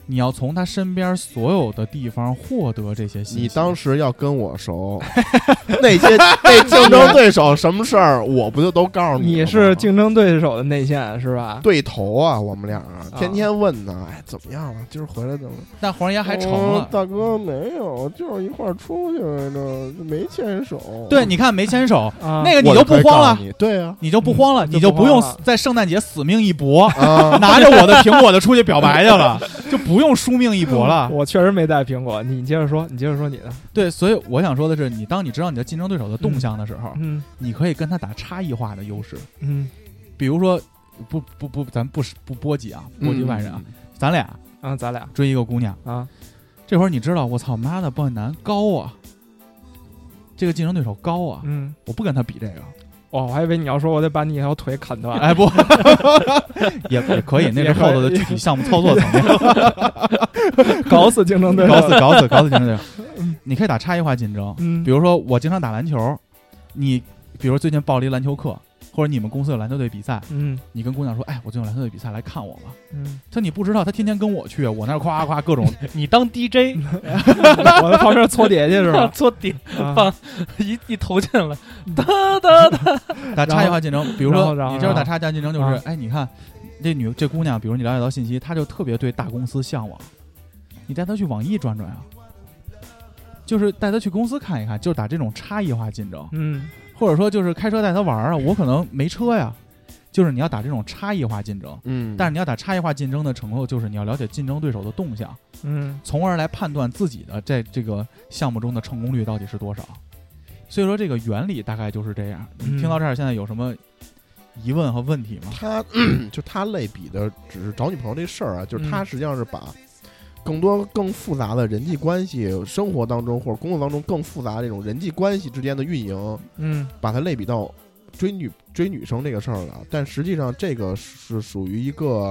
你要从他身边所有的地方获得这些信息。 你当时要跟我熟，那竞争对手什么事儿，我不就都告诉你？你是竞争对手的内线是吧？ 对头啊，我们俩天天问呢，哎，怎么样了？今儿回来怎么？ 但黄爷还成了， 大哥没有，就是一块儿出去来着，没牵手。 对，你看没牵手，那个你就不慌了， 对啊， 你就不慌了，你就不用在圣诞节死命一搏，拿着我的苹果的出去表白去了，就不用输命一搏了。 我确实没带苹果，你接着说，你的。 对，所以我想说的是，当你知道你的竞争对手的动向的时候，你可以跟他打差异化的优势。比如说，咱不波及啊，波及外人啊，咱俩追一个姑娘啊， 这会儿你知道，我操妈的，暴男高啊，这个竞争对手高啊，我不跟他比这个。 我还以为你要说我得把你一条腿砍断， 哎不，也可以，那是后头的具体项目操作层面， 搞死竞争对手， 搞死竞争对手。你可以打差异化竞争，比如说我经常打篮球，你比如最近报了一篮球课，或者你们公司有篮球队比赛，你跟姑娘说，哎，我最近有篮球队比赛来看我吧，他你不知道，他天天跟我去，我那夸夸各种， 你当 DJ， 我在旁边搓碟去是吧？ 搓碟，放一投进来，哒哒哒， 打差异化竞争。比如说，你知道打差异化竞争就是，哎，你看这姑娘，比如你了解到信息，她就特别对大公司向往，你带她去网易转转啊，就是带她去公司看一看，就打这种差异化竞争，或者说就是开车带她玩啊，我可能没车呀。就是你要打这种差异化竞争，但是你要打差异化竞争的成后，就是你要了解竞争对手的动向，从而来判断自己的在这个项目中的成功率到底是多少。所以说这个原理大概就是这样。你听到这儿，现在有什么疑问和问题吗？ 他类比的只是找女朋友这事儿啊，就是他实际上是把更复杂的人际关系，生活当中或者工作当中更复杂的这种人际关系之间的运营，把它类比到追女生这个事儿了。但实际上这个是属于一个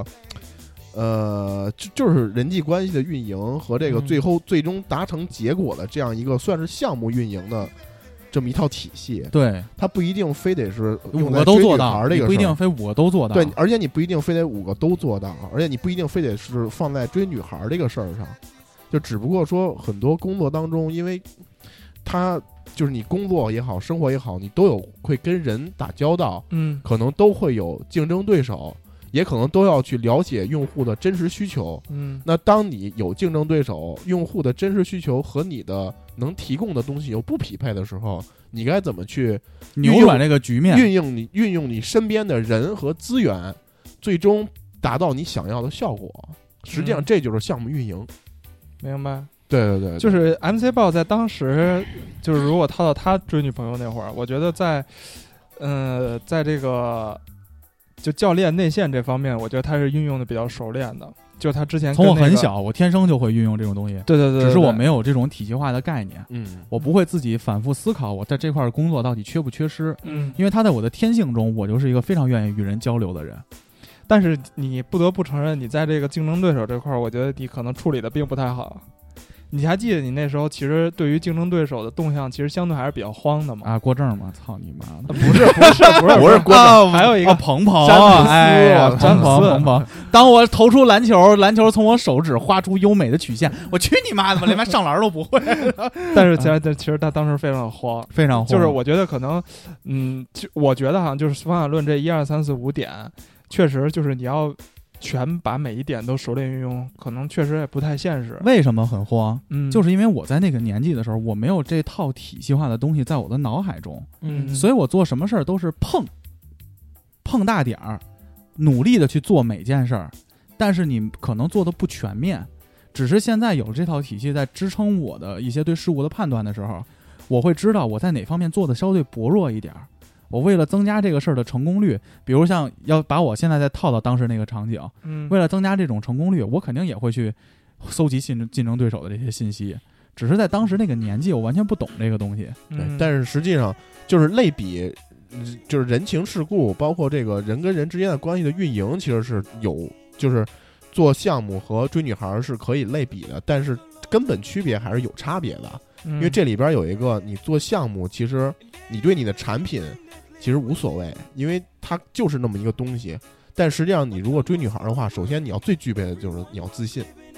就是人际关系的运营和这个最终达成结果的这样一个算是项目运营的这么一套体系。 对， 它不一定非得是 5个都做到， 这个不一定非5个都做到。 对，而且你不一定非得5个都做到，而且你不一定非得是放在追女孩这个事儿上。就只不过说很多工作当中，因为它就是你工作也好，生活也好，你都有会跟人打交道，可能都会有竞争对手，也可能都要去了解用户的真实需求。那当你有竞争对手，用户的真实需求和你的能提供的东西又不匹配的时候，你该怎么去扭转这个局面？ 运用你身边的人和资源，最终达到你想要的效果。实际上，这就是项目运营。 明白。 对， 就是 MC 豹在当时，就是如果套到他追女朋友那会儿，我觉得在这个就教练内线这方面，我觉得他是运用的比较熟练的。就他之前从我很小，我天生就会运用这种东西。 对， 只是我没有这种体系化的概念。我不会自己反复思考我在这块工作到底缺不缺失。因为他在我的天性中，我就是一个非常愿意与人交流的人。 但是你不得不承认，你在这个竞争对手这块，我觉得你可能处理的并不太好。你还记得你那时候其实对于竞争对手的动向，其实相对还是比较慌的嘛？ 啊，郭正嘛，操你妈的！ 不是郭正，还有一个鹏鹏， 哎呀， 詹鹏鹏。当我投出篮球从我手指画出优美的曲线，我去你妈的吧，连上篮都不会。 但是其实他当时非常慌， 非常慌。 就是我觉得可能，我觉得好像就是方法论这1、2、3、4、5点，确实就是你要全把每一点都熟练运用，可能确实也不太现实。 为什么很慌？就是因为我在那个年纪的时候，我没有这套体系化的东西在我的脑海中，所以我做什么事儿都是碰大点儿，努力的去做每件事儿，但是你可能做的不全面。只是现在有这套体系在支撑我的一些对事物的判断的时候，我会知道我在哪方面做的相对薄弱一点。我为了增加这个事儿的成功率，比如像要把我现在再套到当时那个场景，为了增加这种成功率，我肯定也会去搜集竞争对手的这些信息。只是在当时那个年纪，我完全不懂这个东西。 对，但是实际上就是类比，就是人情世故，包括这个人跟人之间的关系的运营，其实是有，就是做项目和追女孩是可以类比的，但是根本区别还是有差别的。因为这里边有一个，你做项目，其实你对你的产品其实无所谓，因为它就是那么一个东西。但实际上，你如果追女孩的话，首先你要最具备的就是你要自信。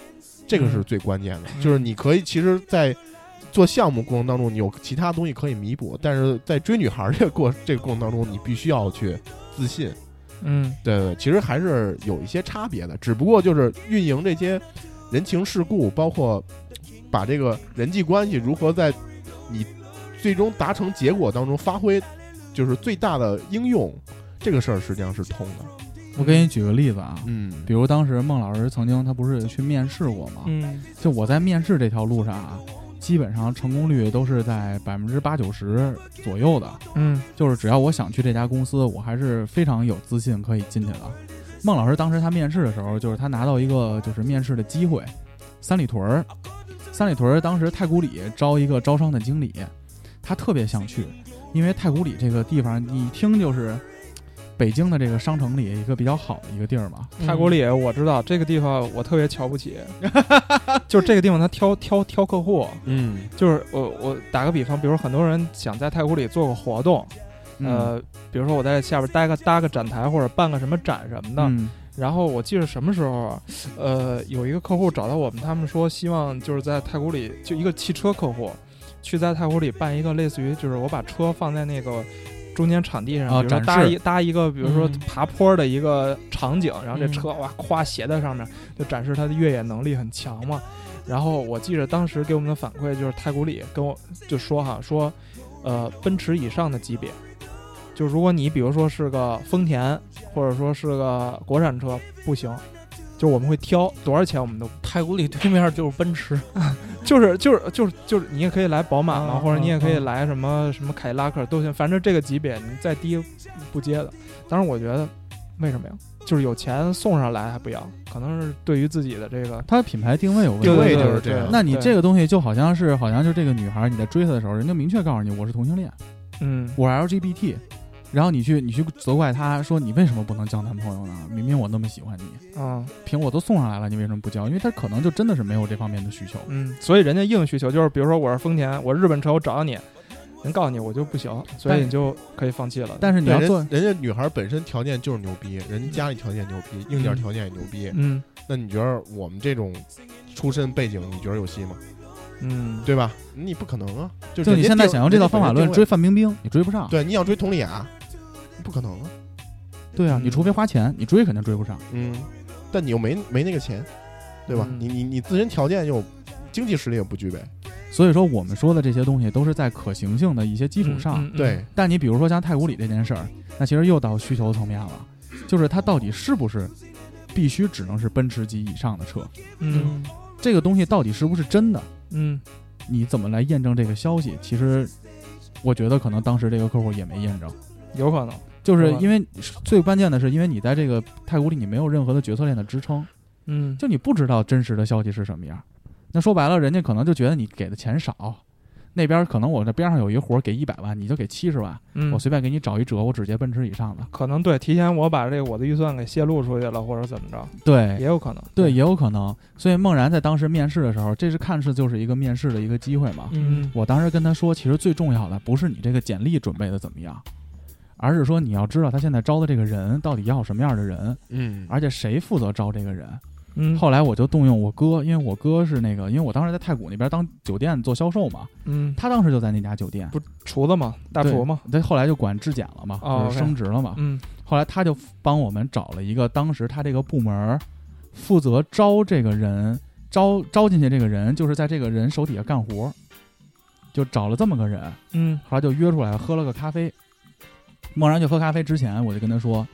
这个是最关键的。就是你可以其实在做项目过程当中，你有其他东西可以弥补，但是在追女孩这个过程当中，你必须要去自信。对，其实还是有一些差别的，只不过就是运营这些人情世故，包括把这个人际关系如何在你最终达成结果当中发挥，就是最大的应用，这个事儿实际上是通的。 我给你举个例子啊，比如当时孟老师曾经他不是去面试过吗？就我在面试这条路上啊，基本上成功率都是在80%-90%左右的。就是只要我想去这家公司，我还是非常有自信可以进去的。孟老师当时他面试的时候，就是他拿到一个就是面试的机会，三里屯当时太古里招一个招商的经理，他特别想去，因为太古里这个地方你一听就是北京的这个商城里一个比较好的一个地儿嘛。 太古里我知道这个地方，我特别瞧不起，就是这个地方他挑客户，就是我打个比方，比如很多人想在太古里做个活动，比如说我在下边搭个展台或者办个什么展什么的，然后我记得什么时候，有一个客户找到我们，他们说希望就是在太古里，就一个汽车客户，去在太古里办一个类似于就是我把车放在那个中间场地上，比如说搭一个，比如说爬坡的一个场景，然后这车哇夸斜在上面，就展示它的越野能力很强嘛。然后我记得当时给我们的反馈就是太古里跟我就说说，奔驰以上的级别，就如果你比如说是个丰田或者说是个国产车不行，就我们会挑多少钱我们都。 太古里对面就是奔驰， 就是你也可以来宝马嘛，或者你也可以来什么凯迪拉克都行，反正这个级别你再低不接的。当然我觉得为什么呀？就是有钱送上来还不要，可能是对于自己的这个它的品牌定位有问题， 对就是这样。 那你这个东西就好像就这个女孩你在追她的时候，人家明确告诉你我是同性恋，我是 LGBT。然后你去责怪他说你为什么不能交男朋友呢？明明我那么喜欢你凭我都送上来了，你为什么不交？因为他可能就真的是没有这方面的需求。 所以人家硬需求就是比如说我是丰田，我日本车我找到你，人告诉你我就不行，所以你就可以放弃了。 但是你要做人家女孩本身条件就是牛逼，人家家里条件牛逼，硬件条件也牛逼。那你觉得我们这种出身背景，你觉得有戏吗？对吧？你不可能啊！就你现在想用这套方法论追范冰冰，你追不上。 对，你想追佟丽娅，不可能啊！ 对啊，你除非花钱，你追肯定追不上。 但你又没那个钱，对吧？你自身条件又经济实力也不具备， 所以说我们说的这些东西都是在可行性的一些基础上。 对， 但你比如说像太古里这件事儿，那其实又到需求层面了，就是它到底是不是必须只能是奔驰级以上的车？这个东西到底是不是真的？你怎么来验证这个消息？其实我觉得可能当时这个客户也没验证， 有可能就是因为最关键的是，因为你在这个太古里你没有任何的决策链的支撑，就你不知道真实的消息是什么样。那说白了，人家可能就觉得你给的钱少，那边可能我这边上有一活给100万，你就给70万，我随便给你找一折，我只接奔驰以上的。 可能对，提前我把这个我的预算给泄露出去了，或者怎么着， 对， 也有可能， 对，也有可能。所以孟然在当时面试的时候，这是看似就是一个面试的一个机会嘛。我当时跟他说，其实最重要的不是你这个简历准备的怎么样，而是说你要知道他现在招的这个人到底要什么样的人，而且谁负责招这个人。后来我就动用我哥，因为我哥是因为我当时在太古那边当酒店做销售嘛，他当时就在那家酒店， 不厨子嘛，大厨嘛， 对，后来就管质检了嘛，就是升职了嘛，后来他就帮我们找了一个当时他这个部门负责招这个人，招进去这个人就是在这个人手底下干活，就找了这么个人，后来就约出来喝了个咖啡。孟然就喝咖啡之前，我就跟他说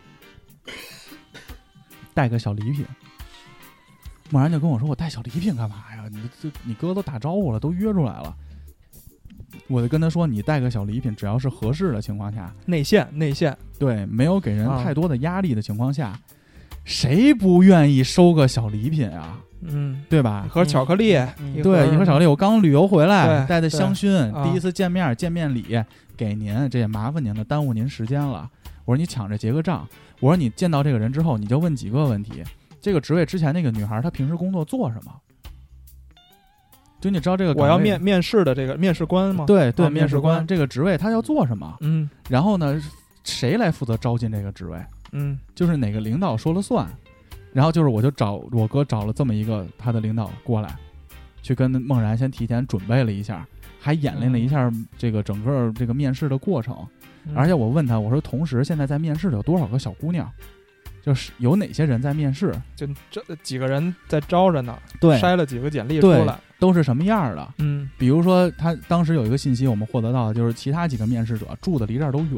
带个小礼品。孟然就跟我说：“我带小礼品干嘛呀？你哥都打招呼了，都约出来了。”我就跟他说：“你带个小礼品，只要是合适的情况下， 内线， 对，没有给人太多的压力的情况下，谁不愿意收个小礼品啊？对吧？ 一盒巧克力， 对，一盒巧克力。我刚旅游回来，带的香薰，第一次见面礼给您，这也麻烦您了，耽误您时间了。我说你抢着结个账。我说你见到这个人之后，你就问几个问题。”这个职位之前那个女孩她平时工作做什么？就你知道这个我要面试的这个面试官吗？ 对对，面试官这个职位她要做什么？ 然后呢，谁来负责招进这个职位？就是哪个领导说了算？ 然后就是我哥找了这么一个他的领导过来，去跟孟然先提前准备了一下，还演练了一下这个整个这个面试的过程。而且我问他，我说同时现在在面试的有多少个小姑娘，就是有哪些人在面试， 就这几个人在招着呢， 对， 筛了几个简历出来， 都是什么样的。比如说他当时有一个信息我们获得到的，就是其他几个面试者住的离这儿都远。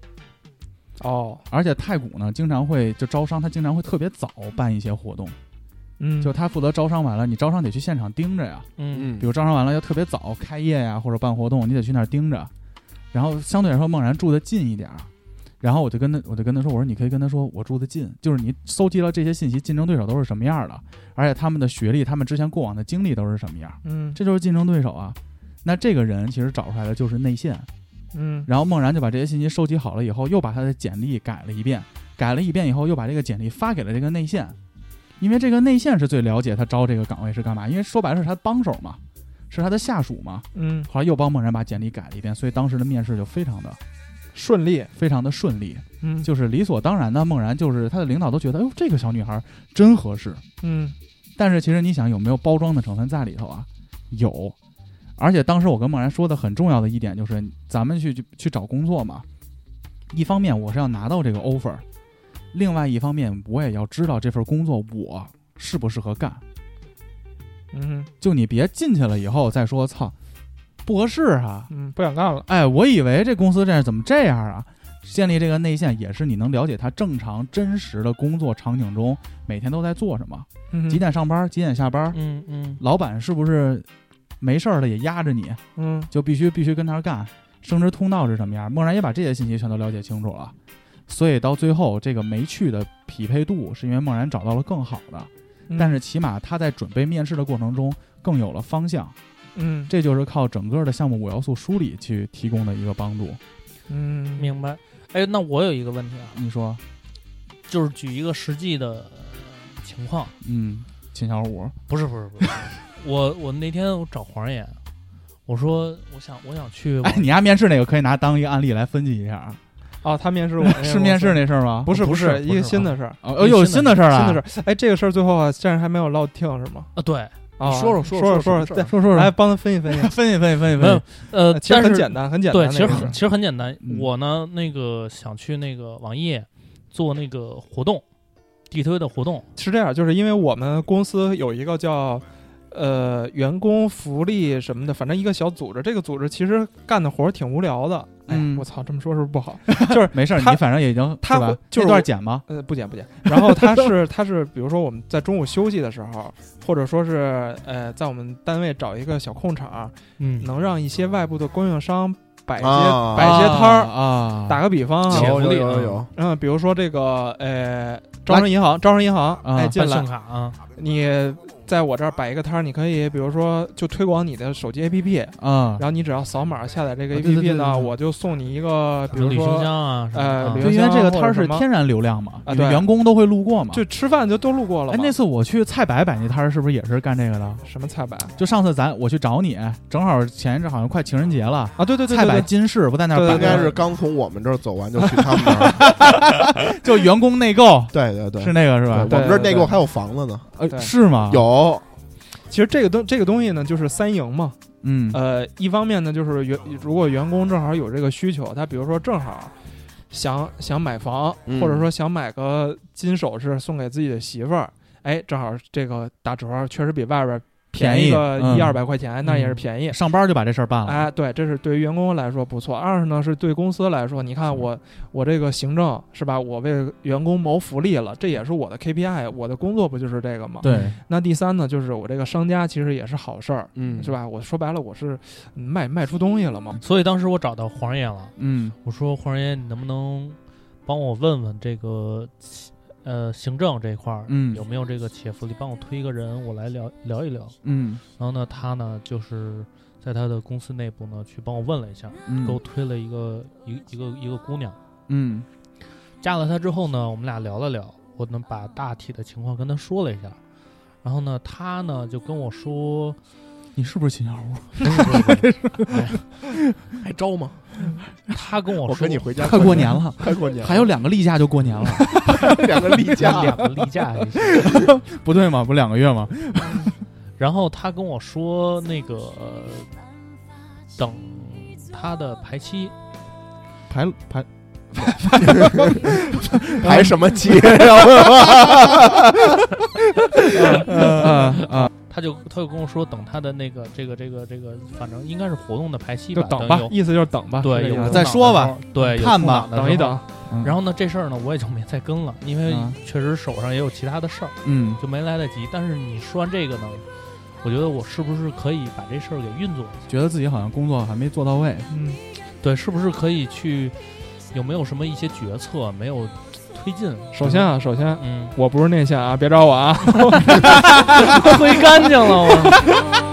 而且太古呢经常会就招商，他经常会特别早办一些活动。就他负责招商完了，你招商得去现场盯着呀。比如招商完了要特别早开业呀，或者办活动，你得去那儿盯着。然后相对来说孟然住的近一点，然后我就跟他说，我说你可以跟他说我住的近，就是你搜集了这些信息，竞争对手都是什么样的，而且他们的学历，他们之前过往的经历都是什么样。这就是竞争对手啊。那这个人其实找出来的就是内线。然后孟然就把这些信息收集好了以后，又把他的简历改了一遍以后，又把这个简历发给了这个内线，因为这个内线是最了解他招这个岗位是干嘛，因为说白了是他帮手嘛，是他的下属嘛。后来又帮孟然把简历改了一遍，所以当时的面试就非常的顺利， 非常的顺利。就是理所当然的，孟然就是他的领导都觉得，哎呦，这个小女孩真合适。但是其实你想有没有包装的成分在里头啊？有。而且当时我跟孟然说的很重要的一点就是，咱们去找工作嘛，一方面我是要拿到这个 offer， 另外一方面我也要知道这份工作我适不适合干。就你别进去了以后再说操不合适啊， 不想干了。 哎，我以为这公司这怎么这样啊？建立这个内线也是你能了解他正常真实的工作场景中每天都在做什么，几点上班几点下班，老板是不是没事的也压着你，就必须跟他干，升职通道是什么样，孟然也把这些信息全都了解清楚了。所以到最后这个没去的匹配度是因为孟然找到了更好的，但是起码他在准备面试的过程中更有了方向。这就是靠整个的项目5要素梳理去提供的一个帮助。 明白。哎，那我有一个问题啊， 你说， 就是举一个实际的情况。 秦小虎， 不是我那天我找黄爷，我说我想去。 哎，你面试那个可以拿当一个案例来分析一下啊。 他面试我是面试那事儿吗？ 不是一个新的事儿。 有新的事儿了。 新的事儿。哎，这个事儿最后啊，暂时还没有落听是吗？ 对。 说来帮他分析分析。其实很简单， 对，其实很简单。我呢，那个想去那个网页做那个活动，地推的活动是这样，就是因为我们公司有一个叫员工福利什么的，反正一个小组织。这个组织其实干的活挺无聊的。我操，这么说是不是不好？就是没事，你反正也已经他就是段剪吗？ 不剪。然后他是，比如说我们在中午休息的时候，或者说是在我们单位找一个小空场，能让一些外部的供应商摆一些摊儿啊。打个比方， 有， 比如说这个招商银行，哎，进来信卡啊， 你在我这儿摆一个摊儿，你可以比如说就推广你的手机 APP 然后你只要扫码下载这个 APP 呢，我就送你一个，比如说旅行箱啊， 就因为这个摊儿是天然流量嘛，对，员工都会路过嘛， 就吃饭就都路过了。 哎，那次我去菜百摆那摊儿是不是也是干这个的？ 什么菜百？ 就上次我去找你，正好前一阵好像快情人节了啊，对， 菜百金饰不在那摆， 应该是刚从我们这儿走完就去他们那儿， 就员工内购， 对， 是那个是吧？ 我们这儿内购还有房子呢， 是吗？ 有。 其实这个东西呢，就是三赢嘛。一方面呢，就是如果员工正好有这个需求，他比如说正好想买房，或者说想买个金首饰送给自己的媳妇儿，哎，正好这个打折，确实比外边便宜个100-200块钱，那也是便宜。 上班就把这事儿办了。 哎，对，这是对于员工来说不错。二是呢，是对公司来说，你看我这个行政是吧？我为员工谋福利了，这也是我的 KPI， 我的工作不就是这个吗？ 对。 那第三呢，就是我这个商家其实也是好事儿，是吧？我说白了，我是卖出东西了嘛。 所以当时我找到黄爷了，我说黄爷，你能不能帮我问问这个？行政这一块有没有这个企业福利？帮我推一个人，我来聊一聊。然后呢，他呢就是在他的公司内部呢去帮我问了一下，给我推了一个姑娘。加了他之后呢，我们俩聊了聊，我呢把大体的情况跟他说了一下，然后呢，他呢就跟我说：“ 你是不是秦小虎？ 不是，还招吗？ 他跟我说， 我跟你回家快过年了， 快过年了， 还有2个例假就过年了 2个例假 ，2个例假不对吗？不2个月吗？ 然后他跟我说那个等他的排期， 排什么期？ 他就跟我说，等他的那个这个，反正应该是活动的排期吧，就等吧，意思就是等吧。 对，有再说吧， 对， 看吧， 等一等。 然后呢，这事儿呢，我也就没再跟了，因为确实手上也有其他的事儿，就没来得及。但是你说完这个呢，我觉得我是不是可以把这事儿给运作一下？ 觉得自己好像工作还没做到位， 对，是不是可以去？有没有什么一些决策没有推进？ 首先，我不是内线啊，别找我啊， 推干净了我。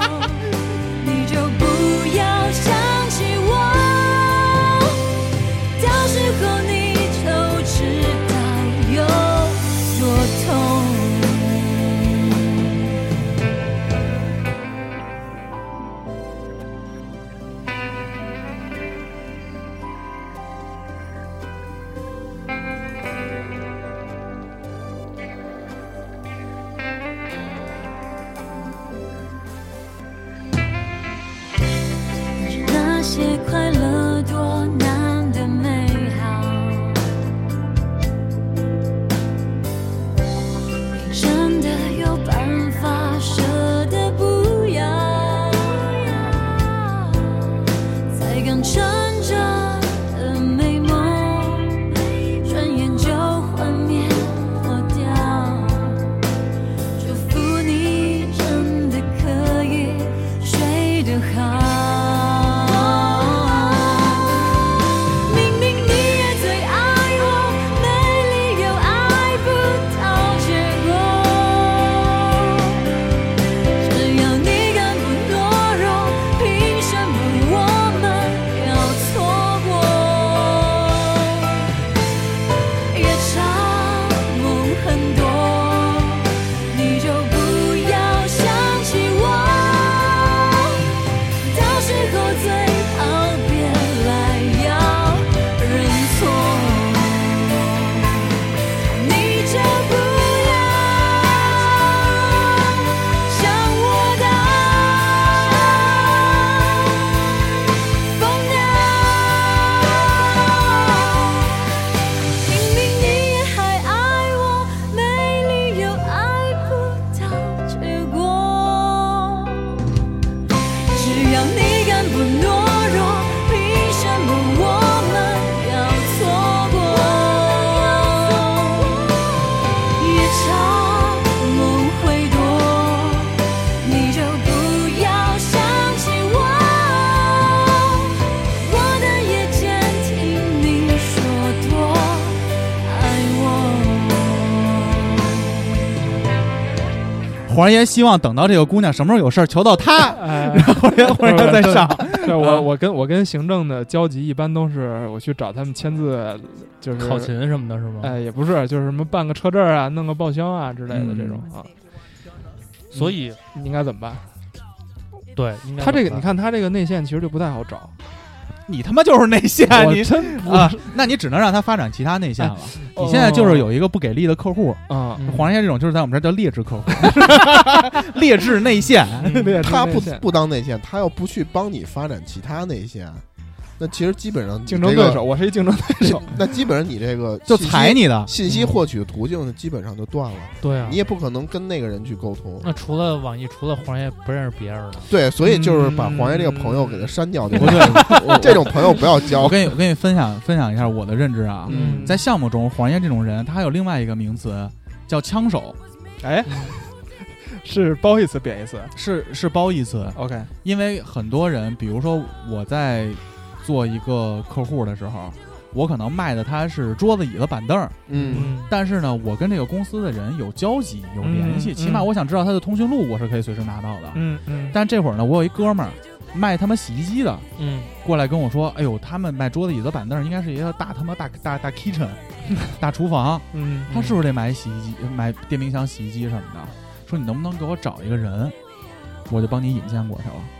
黄爷希望等到这个姑娘什么时候有事儿求到他，然后黄爷再上。 对，我跟行政的交集一般都是我去找他们签字，就是考勤什么的，是吗？ 哎，也不是，就是什么办个车证啊，弄个报销啊之类的这种啊。 所以你应该怎么办？ 对， 他这个你看他这个内线其实就不太好找。 你他妈就是内线，你真啊？那你只能让他发展其他内线了。你现在就是有一个不给力的客户啊，黄爷这种就是在我们这儿叫劣质客户，劣质内线。 他不当内线，他又不去帮你发展其他内线，那其实基本上竞争对手，我是一竞争对手， 那基本上你这个就踩你的信息获取的途径基本上就断了。 对啊， 你也不可能跟那个人去沟通。 那除了网易，除了黄爷不认识别人了。 对，所以就是把黄爷这个朋友给他删掉。对，这种朋友不要交。 我跟你分享一下我的认知啊，在项目中，黄爷这种人他还有另外一个名词叫枪手。 哎。是褒义词贬义词？ 是褒义词。 OK， 因为很多人比如说我在做一个客户的时候，我可能卖的他是桌子椅子板凳，但是呢我跟这个公司的人有交集有联系，起码我想知道他的通讯录我是可以随时拿到的。但这会儿呢我有一哥们儿卖他妈洗衣机的，过来跟我说，哎呦，他们卖桌子椅子板凳应该是一个大 kitchen 大厨房，他是不是得买洗衣机买电冰箱洗衣机什么的，说你能不能给我找一个人，我就帮你引荐过去了。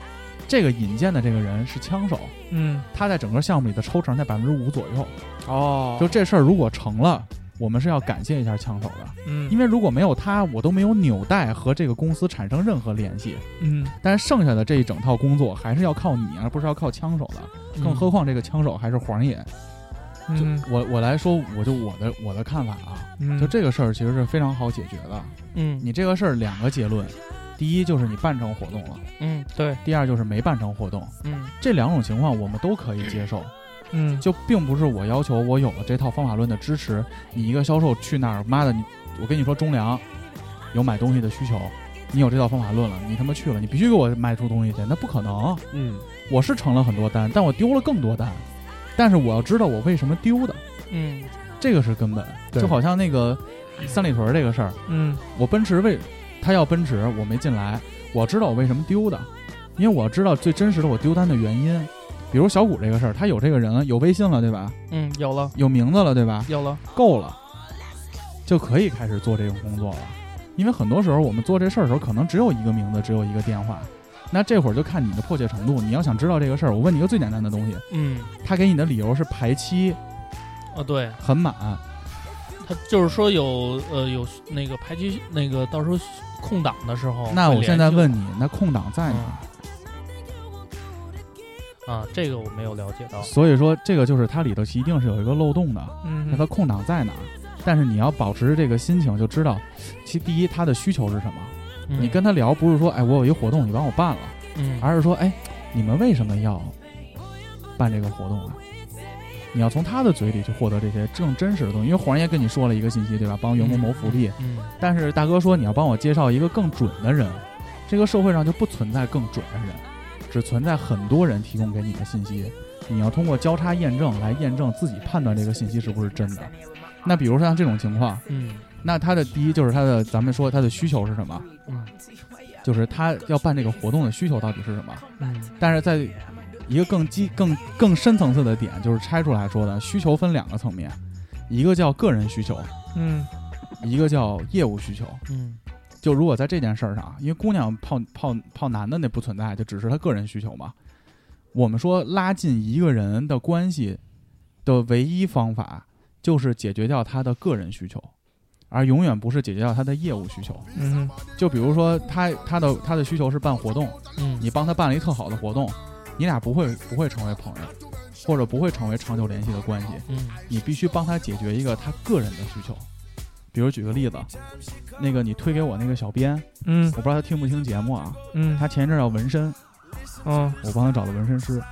这个引荐的这个人是枪手，他在整个项目里的抽成在5%左右。 哦， 就这事儿如果成了，我们是要感谢一下枪手的，因为如果没有他，我都没有纽带和这个公司产生任何联系，但是剩下的这一整套工作还是要靠你，而不是要靠枪手的，更何况这个枪手还是黄爷。就我来说，我的看法啊，就这个事儿其实是非常好解决的。你这个事儿2个结论，第一就是你办成活动了， 对； 第二就是没办成活动，这2种情况我们都可以接受。就并不是我要求我有了这套方法论的支持，你一个销售去那儿，妈的，我跟你说中粮有买东西的需求，你有这套方法论了，你他妈去了，你必须给我卖出东西去，那不可能。我是成了很多单，但我丢了更多单，但是我要知道我为什么丢的，这个是根本。就好像那个三里屯这个事儿，我奔驰他要奔驰，我没进来，我知道我为什么丢的，因为我知道最真实的我丢单的原因。比如小谷这个事儿，他有这个人，有微信了，对吧？ 有了， 有名字了，对吧？ 有了， 够了，就可以开始做这种工作了。因为很多时候我们做这事儿的时候，可能只有一个名字，只有一个电话，那这会儿就看你的迫切程度。你要想知道这个事儿，我问你一个最简单的东西，他给你的理由是排期， 对， 很满， 他就是说有那个排期，那个到时候空档的时候。 那我现在问你，那空档在哪？ 这个我没有了解到。 所以说这个就是它里头一定是有一个漏洞的，那它空档在哪儿？但是你要保持这个心情，就知道其第一他的需求是什么。你跟他聊不是说我有一活动你帮我办了，而是说你们为什么要办这个活动啊？你要从他的嘴里去获得这些更真实的东西。因为黄爷跟你说了一个信息，对吧？帮员工谋福利，但是大哥说你要帮我介绍一个更准的人，这个社会上就不存在更准的人，只存在很多人提供给你的信息，你要通过交叉验证来验证自己判断这个信息是不是真的。那比如说像这种情况，那他的第一就是他的，咱们说他的需求是什么？就是他要办这个活动的需求到底是什么？但是在一个更深层次的点，就是拆出来说的需求分2个层面，一个叫个人需求，一个叫业务需求。就如果在这件事儿上，因为姑娘泡男的那不存在，就只是他个人需求嘛。我们说拉近一个人的关系的唯一方法就是解决掉他的个人需求，而永远不是解决掉他的业务需求。就比如说他的需求是办活动，你帮他办了一特好的活动，你俩不会成为朋友，或者不会成为长久联系的关系。你必须帮他解决一个他个人的需求。比如举个例子，那个你推给我那个小编，我不知道他听不听节目啊，他前一阵要纹身，我帮他找了纹身师，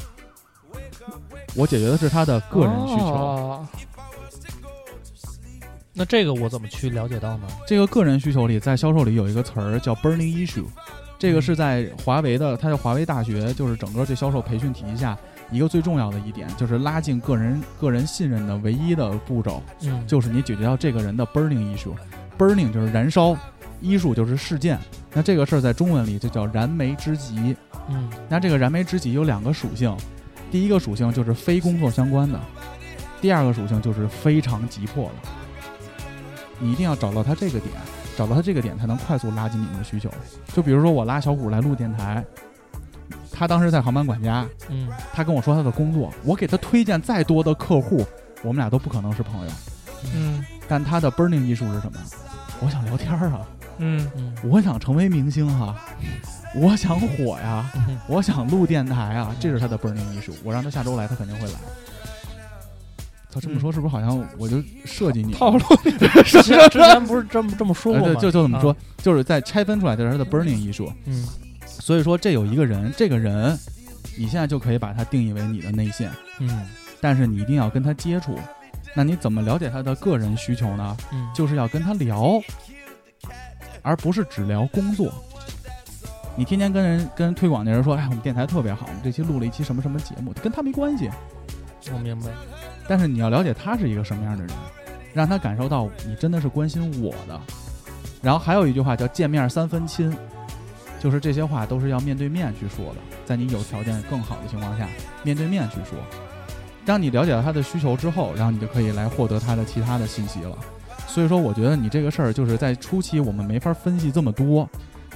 我解决的是他的个人需求。 那这个我怎么去了解到呢？ 这个个人需求里，在销售里有一个词儿叫 burning issue， 这个是在华为的，它叫华为大学，就是整个对销售培训体系下一个最重要的一点，就是拉近个人信任的唯一的步骤，就是你解决到这个人的 burning issue。burning 就是燃烧，issue就是事件。那这个事儿在中文里就叫燃眉之急。那这个燃眉之急有2个属性，第一个属性就是非工作相关的，第2个属性就是非常急迫的。你一定要找到他这个点，找到他这个点才能快速拉近你们的需求。就比如说我拉小谷来录电台，他当时在航班管家，他跟我说他的工作，我给他推荐再多的客户，我们俩都不可能是朋友。但他的 burning issue 是什么？我想聊天啊，我想成为明星啊，我想火呀，我想录电台啊，这是他的 burning issue。我让他下周来，他肯定会来。他这么说是不是好像我就设计你套路？ 之前不是这么说过吗？ 就这么说，就是在拆分出来就是他的 burning issue。所以说这有一个人，这个人你现在就可以把他定义为你的内线。但是你一定要跟他接触。那你怎么了解他的个人需求呢？就是要跟他聊，而不是只聊工作。你天天跟推广的人说，我们电台特别好，我们这期录了一期什么什么节目，跟他没关系。 我明白。 但是你要了解他是一个什么样的人，让他感受到你真的是关心我的。然后还有一句话叫见面3分亲，就是这些话都是要面对面去说的，在你有条件更好的情况下面对面去说。当你了解到他的需求之后，然后你就可以来获得他的其他的信息了。所以说我觉得你这个事儿就是在初期我们没法分析这么多，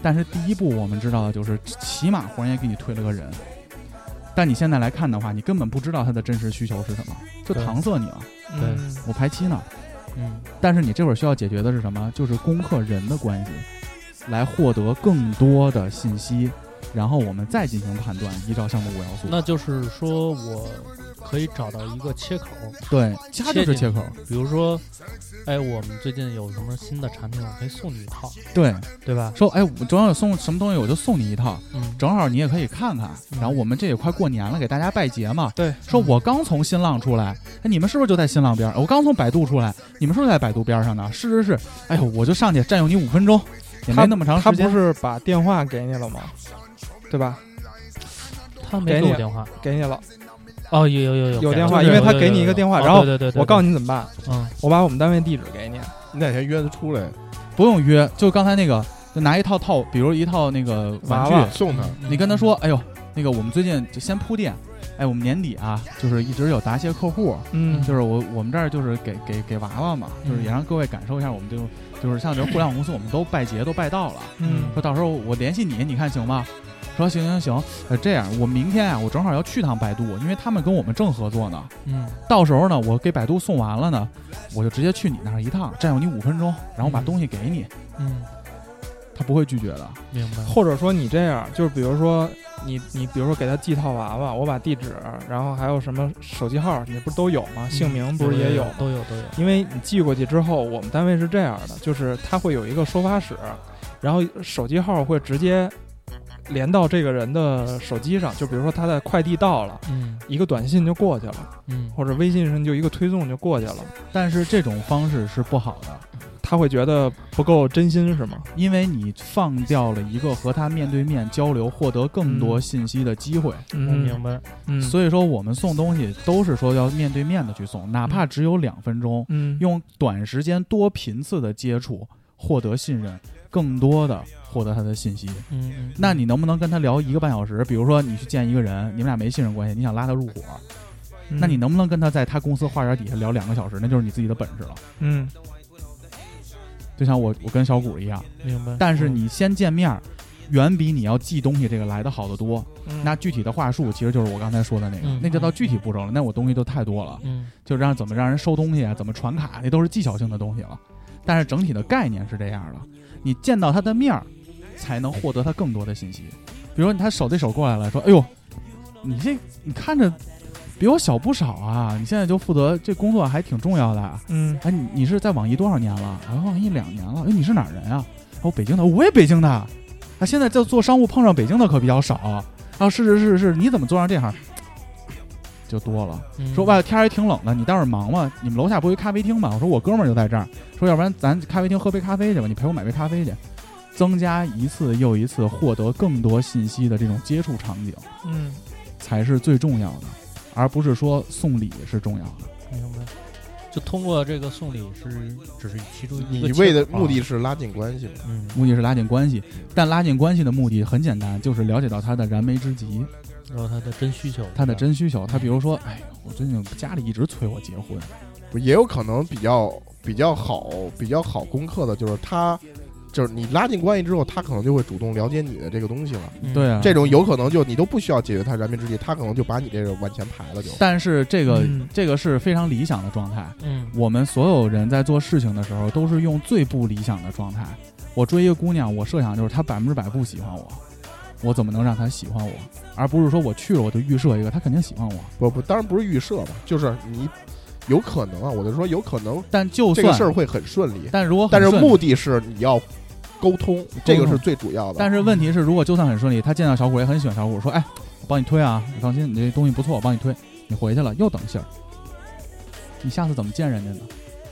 但是第一步我们知道的就是起码黄爷给你推了个人，但你现在来看的话，你根本不知道他的真实需求是什么，就搪塞你了。 对， 我排期呢。但是你这会儿需要解决的是什么？就是攻克人的关系，来获得更多的信息，然后我们再进行判断，依照项目5要素。 那就是说我可以找到一个切口， 对，它就是切口。 比如说，哎，我们最近有什么新的产品，我可以送你一套，对吧？ 说，哎，我正好有送什么东西，我就送你一套，正好你也可以看看。然后我们这也快过年了，给大家拜节嘛。 对， 说我刚从新浪出来，哎，你们是不是就在新浪边？我刚从百度出来，你们是不是在百度边上呢？是，哎呦，我就上去占用你5分钟，也没那么长时间。 他不是把电话给你了吗？对吧？ 他没给我电话， 给你了。 哦，有电话，因为他给你一个电话，然后我告诉你怎么办。我把我们单位地址给你， 你哪天约他出来？ 不用约，就刚才那个，就拿一套，比如一套那个玩具送他。 你跟他说，哎呦，那个我们最近就先铺垫，哎，我们年底啊，就是一直有答谢客户，就是我们这儿就是给娃娃嘛，就是也让各位感受一下，我们就是像这互联网公司，我们都拜节都拜到了，说到时候我联系你，你看行吗？说行，这样我明天啊，我正好要去趟百度，因为他们跟我们正合作呢。到时候呢，我给百度送完了呢，我就直接去你那儿一趟，占用你5分钟，然后把东西给你。他不会拒绝的， 明白？ 或者说你这样，就是比如说你比如说给他寄套娃娃，我把地址，然后还有什么手机号，你不是都有吗？姓名不是也有？ 都有。 因为你寄过去之后，我们单位是这样的，就是他会有一个收发室，然后手机号会直接连到这个人的手机上，就比如说他的快递到了，一个短信就过去了，或者微信上就一个推送就过去了。 但是这种方式是不好的， 他会觉得不够真心，是吗？ 因为你放掉了一个和他面对面交流、获得更多信息的机会。 我明白。 所以说我们送东西都是说要面对面的去送，哪怕只有2分钟，用短时间多频次的接触获得信任，更多的获得他的信息。那你能不能跟他聊1个半小时？比如说你去见一个人，你们俩没信任关系，你想拉他入伙，那你能不能跟他在他公司花园底下聊2个小时？那就是你自己的本事了。就像我跟小谷一样， 明白。 但是你先见面，远比你要寄东西这个来的好得多。那具体的话术其实就是我刚才说的那个，那就到具体步骤了。那我东西就太多了，就怎么让人收东西啊，怎么传卡，那都是技巧性的东西了。但是整体的概念是这样的，你见到他的面才能获得他更多的信息。比如说他手对手过来了，说：“哎呦，你看着比我小不少啊！你现在就负责这工作还挺重要的。哎，你是在网易多少年了？网易2年了。哎，你是哪儿人啊？我北京的，我也北京的。啊，现在在做商务碰上北京的可比较少啊。是，你怎么做上这行？就多了。说外头天还挺冷的，你待会儿忙吗？你们楼下不有咖啡厅吗？我说我哥们儿就在这儿。说要不然咱咖啡厅喝杯咖啡去吧，你陪我买杯咖啡去。增加一次又一次获得更多信息的这种接触场景，才是最重要的。而不是说送礼是重要的。 明白。就通过这个送礼只是其中一个， 你为的目的是拉近关系嘛？ 目的是拉近关系，但拉近关系的目的很简单，就是了解到他的燃眉之急， 然后他的真需求。 他比如说，哎，我最近家里一直催我结婚， 不也有可能比较好攻克的，就是他。就是你拉近关系之后，他可能就会主动了解你的这个东西了。 对啊， 这种有可能就你都不需要解决他燃眉之急，他可能就把你这个往前排了就。 但是这个是非常理想的状态。我们所有人在做事情的时候都是用最不理想的状态。我追一个姑娘，我设想就是她100%不喜欢我怎么能让她喜欢我？而不是说我去了我就预设一个她肯定喜欢我。 不，当然不是预设吧，就是你。有可能啊，我就说有可能， 但就算这个事儿会很顺利， 但是目的是你要沟通，这个是最主要的。 但是问题是，如果就算很顺利，他见到小谷也很喜欢小谷，说：“哎，我帮你推啊，你放心，你这东西不错，我帮你推。”你回去了又等信儿，你下次怎么见人家呢？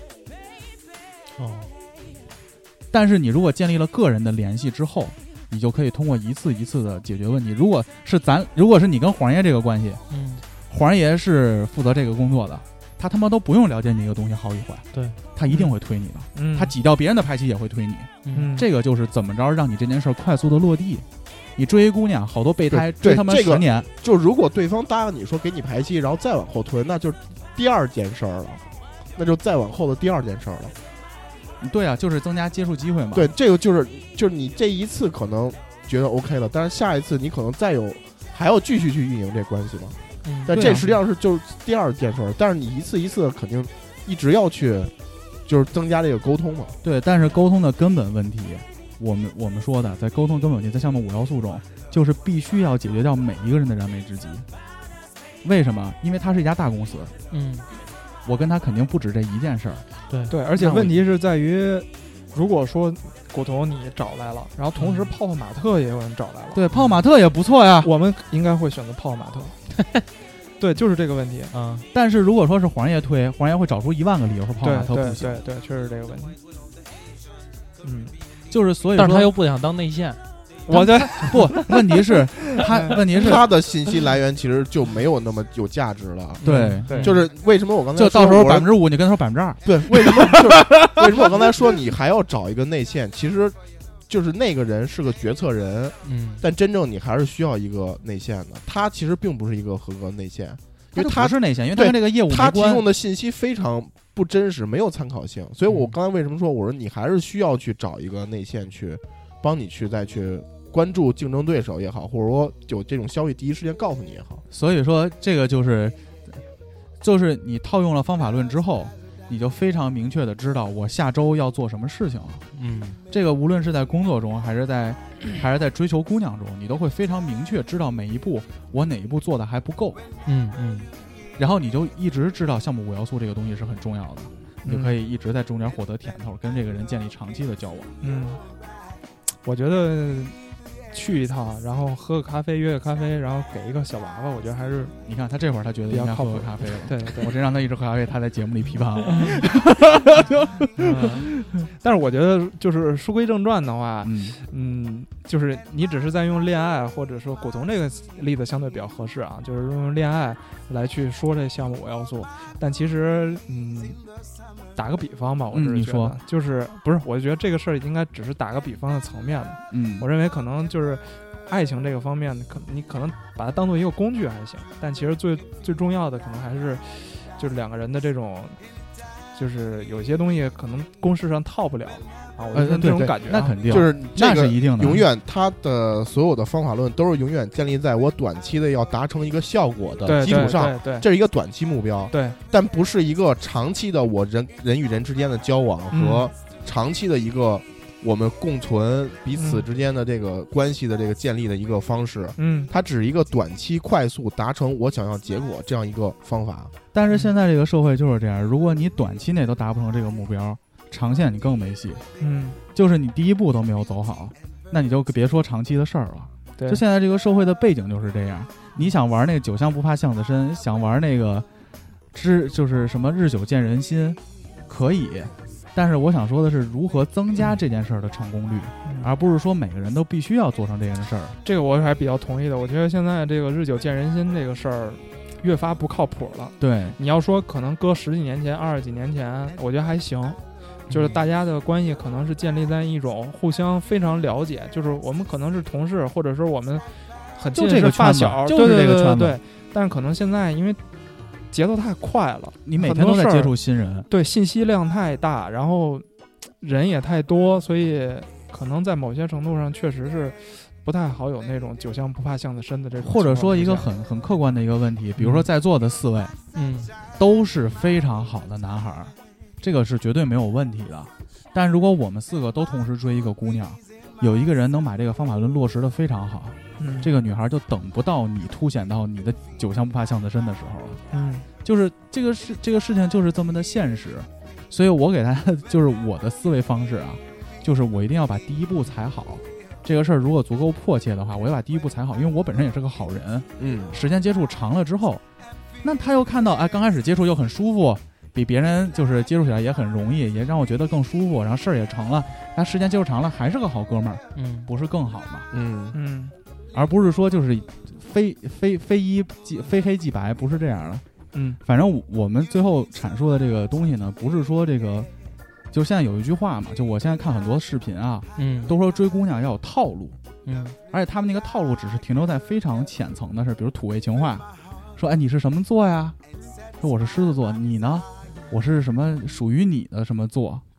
但是你如果建立了个人的联系之后，你就可以通过一次一次的解决问题。如果是你跟黄爷这个关系，黄爷是负责这个工作的。他他妈都不用了解你一个东西好与坏， 对， 他一定会推你的，他挤掉别人的排期也会推你，这个就是怎么着让你这件事快速的落地。你追一姑娘，好多备胎追他妈10年， 就如果对方答应你说给你排期，然后再往后推，那就是第2件事儿了，那就再往后的第2件事儿了。 对啊，就是增加接触机会嘛。 对，这个就是你这一次可能觉得 OK 了，但是下一次你可能还要继续去运营这关系嘛。但这实际上就是第二件事，但是你一次一次肯定一直要去就是增加这个沟通嘛。 对，但是沟通的根本问题，我们说的在沟通根本问题，在项目5要素中，就是必须要解决掉每一个人的燃眉之急。为什么？因为他是一家大公司，我跟他肯定不止这一件事儿。 对，而且问题是在于，如果说骨头你找来了，然后同时泡泡玛特也有人找来了， 对，泡泡玛特也不错呀， 我们应该会选择泡泡玛特。对，就是这个问题啊。但是如果说是黄爷推，黄爷会找出10000个理由说泡泡玛特不行。 对，确实这个问题。 就是所以说， 但是他又不想当内线。 问题是他的信息来源其实就没有那么有价值了。 对， 就是为什么我刚才就到时候5%，你跟他说2%。 对，为什么我刚才说你还要找一个内线？其实就是那个人是个决策人，但真正你还是需要一个内线的。他其实并不是一个合格内线，因为他是内线，因为他跟这个业务没关， 他提供的信息非常不真实，没有参考性。所以我刚才为什么说，我说你还是需要去找一个内线去帮你去再去关注竞争对手也好，或者说有这种消息第一时间告诉你也好。 所以说这个就是你套用了方法论之后，你就非常明确的知道我下周要做什么事情了。这个无论是在工作中还是在追求姑娘中，你都会非常明确知道每一步我哪一步做的还不够。然后你就一直知道项目5要素这个东西是很重要的，你就可以一直在中间获得甜头，跟这个人建立长期的交往。 我觉得去一趟，然后喝个咖啡，约个咖啡，然后给一个小娃娃，我觉得还是你看他这会儿他觉得应该喝个咖啡了。 对， 我真让他一直喝咖啡，他在节目里批判我。 但是我觉得就是书归正传的话，就是你只是在用恋爱，或者说果冻这个例子相对比较合适啊，就是用恋爱来去说这项目5要素，但其实打个比方吧，我是你说就是不是？我就觉得这个事儿应该只是打个比方的层面的。我认为可能就是爱情这个方面，你可能把它当做一个工具还行，但其实最重要的可能还是就是两个人的这种，就是有些东西可能公式上套不了啊。我觉得这种感觉， 那肯定就是那是一定的。 永远他的所有的方法论都是永远建立在我短期的要达成一个效果的基础上， 对， 这是一个短期目标， 对， 但不是一个长期的我人与人之间的交往和长期的一个我们共存彼此之间的这个关系的这个建立的一个方式。它只是一个短期快速达成我想要结果这样一个方法。 但是现在这个社会就是这样，如果你短期内都达不成这个目标，长线你更没戏。就是你第一步都没有走好，那你就别说长期的事儿了。 对， 就现在这个社会的背景就是这样。你想玩那个酒香不怕巷子深，想玩那个就是什么日久见人心，可以。但是我想说的是，如何增加这件事儿的成功率，而不是说每个人都必须要做成这件事儿。 这个我还比较同意的。我觉得现在这个日久见人心这个事儿越发不靠谱了。 对， 你要说可能搁10几年前、20几年前，我觉得还行，就是大家的关系可能是建立在一种互相非常了解，就是我们可能是同事，或者说我们很近是发小， 就是这个圈子。 对，但是可能现在因为节奏太快了， 你每天都在接触新人， 对，信息量太大，然后人也太多，所以可能在某些程度上确实是不太好有那种酒香不怕巷子深的这种。 或者说一个很客观的一个问题，比如说在座的4位，都是非常好的男孩，这个是绝对没有问题的。但如果我们4个都同时追一个姑娘，有一个人能把这个方法论落实的非常好，这个女孩就等不到你凸显到你的酒香不怕巷子深的时候了。就是这个事情就是这么的现实。所以我给他就是我的思维方式啊，就是我一定要把第一步踩好。这个事儿如果足够迫切的话，我要把第一步踩好，因为我本身也是个好人。时间接触长了之后，那他又看到刚开始接触又很舒服，比别人就是接触起来也很容易，也让我觉得更舒服，然后事儿也成了，他时间接触长了还是个好哥们儿，不是更好吗？而不是说就是非黑即白，不是这样的。反正我们最后阐述的这个东西呢，不是说这个，就现在有一句话嘛，就我现在看很多视频啊，都说追姑娘要有套路，而且他们那个套路只是停留在非常浅层的事，比如土味情话，说你是什么座呀？说我是狮子座，你呢？我是什么属于你的什么座？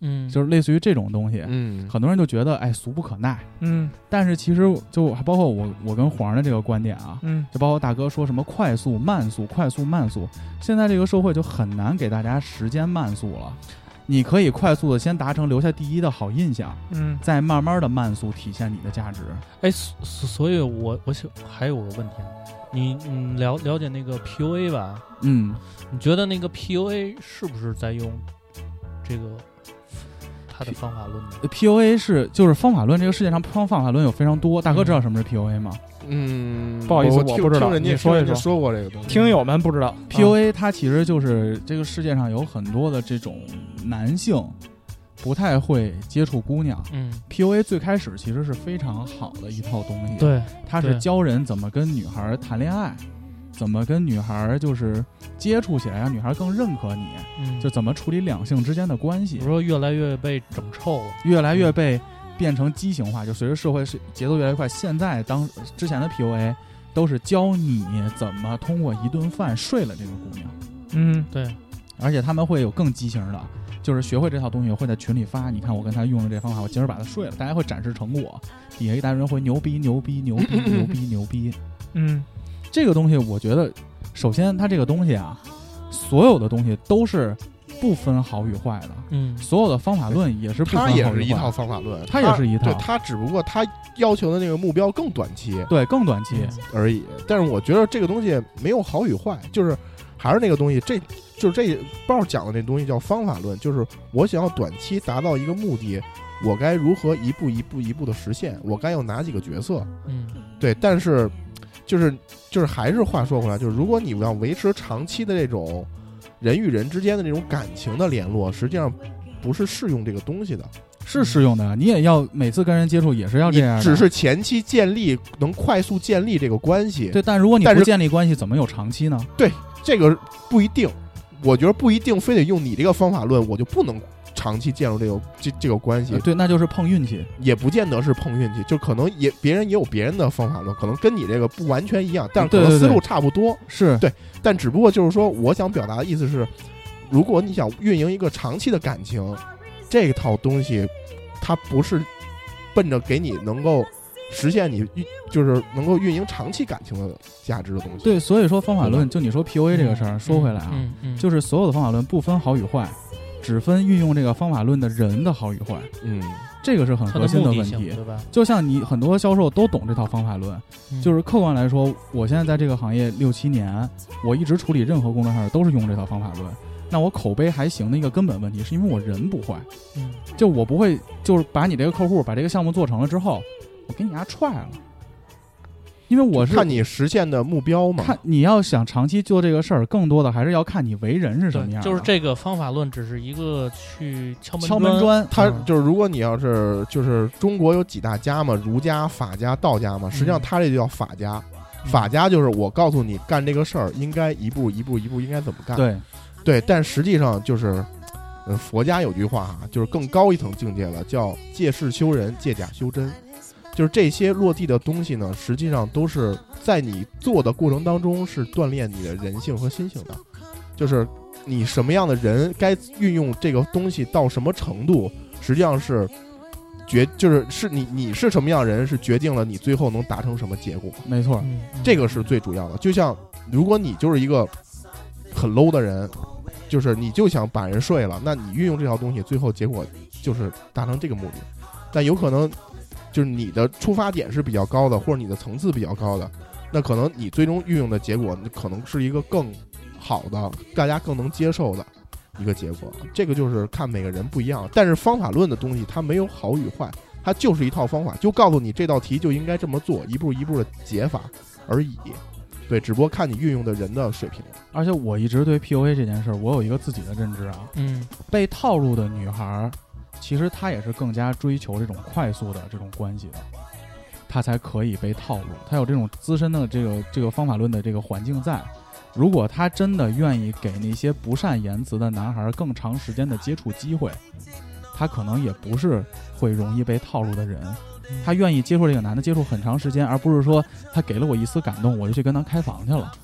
就是类似于这种东西，很多人就觉得哎俗不可耐，但是其实就还包括我跟黄的这个观点啊，就包括大哥说什么快速慢速，快速慢速，现在这个社会就很难给大家时间慢速了。你可以快速的先达成留下第一的好印象，再慢慢的慢速体现你的价值。 哎，所以我想还有个问题啊，你了解那个 PUA 吧？你觉得那个 PUA 是不是在用这个他的方法论呢 ？PUA 是就是方法论，这个世界上方法论有非常多。大哥知道什么是 PUA 吗？ 不好意思，我不知道。 你说一说过这个东西， 听友们不知道。 PUA 它其实就是这个世界上有很多的这种男性不太会接触姑娘。PUA 最开始其实是非常好的一套东西， 对， 它是教人怎么跟女孩谈恋爱，怎么跟女孩就是接触起来，让女孩更认可你，就怎么处理两性之间的关系。 比如说越来越被整臭了， 越来越被变成畸形化，就随着社会节奏越来越快。现在之前的 PUA 都是教你怎么通过一顿饭睡了这个姑娘。 对， 而且他们会有更畸形的，就是学会这套东西会在群里发，你看我跟他用了这方法，我今儿把他睡了，大家会展示成果，底下一大人会牛逼牛逼牛逼牛逼牛逼。这个东西我觉得，首先它这个东西啊，所有的东西都是不分好与坏的，所有的方法论也是不分好与坏， 它也是一套方法论， 它也是一套， 对，它只不过它要求的那个目标更短期， 对，更短期而已。但是我觉得这个东西没有好与坏，就是还是那个东西，这包讲的那东西叫方法论，就是我想要短期达到一个目的，我该如何一步一步的实现，我该有哪几个角色，对，但是就是还是话说回来，就是如果你要维持长期的这种人与人之间的这种感情的联络，实际上不是适用这个东西的， 是适用的。你也要每次跟人接触也是要这样的， 只是前期能快速建立这个关系。 对，但如果你不建立关系，怎么有长期呢？ 对，这个不一定。我觉得不一定非得用你这个方法论，我就不能长期建立这个关系。 对，那就是碰运气， 也不见得是碰运气，就可能别人也有别人的方法论，可能跟你这个不完全一样，但是可能思路差不多。 是对，但只不过就是说，我想表达的意思是，如果你想运营一个长期的感情，这套东西它不是奔着给你能够实现你就是能够运营长期感情的价值的东西。 对，所以说方法论，就你说 PUA 这个事儿，说回来啊，就是所有的方法论不分好与坏，只分运用这个方法论的人的好与坏。这个是很核心的问题， 对吧？ 就像你很多销售都懂这套方法论，就是客观来说，我现在在这个行业6-7年，我一直处理任何工作上都是用这套方法论。那我口碑还行的一个根本问题，是因为我人不坏，就我不会就是把你这个客户把这个项目做成了之后，我给你丫踹了。因为我是看你实现的目标嘛， 看你要想长期做这个事儿，更多的还是要看你为人是什么样的。 就是这个方法论只是一个去敲门砖。 它就是如果你要是就是中国有几大家嘛，儒家、法家、道家嘛，实际上它这就叫法家。法家就是我告诉你干这个事儿应该一步应该怎么干。对，但实际上就是佛家有句话啊，就是更高一层境界了，叫借势修人，借假修真。就是这些落地的东西呢，实际上都是在你做的过程当中是锻炼你的人性和心性的，就是你什么样的人该运用这个东西到什么程度，实际上是就是你是什么样的人是决定了你最后能达成什么结果。 没错， 这个是最主要的。就像如果你就是一个很 low 的人，就是你就想把人睡了，那你运用这套东西，最后结果就是达成这个目的。但有可能就是你的出发点是比较高的，或者你的层次比较高的，那可能你最终运用的结果可能是一个更好的，大家更能接受的一个结果。这个就是看每个人不一样。但是方法论的东西它没有好与坏，它就是一套方法，就告诉你这道题就应该这么做，一步一步的解法而已。对，只不过看你运用的人的水平。 而且我一直对 PUA 这件事我有一个自己的认知啊，被套路的女孩其实她也是更加追求这种快速的这种关系的，她才可以被套路，她有这种资深的这个方法论的这个环境在。如果她真的愿意给那些不善言辞的男孩更长时间的接触机会，她可能也不是会容易被套路的人。他愿意接触这个男的接触很长时间，而不是说他给了我一丝感动我就去跟他开房去了。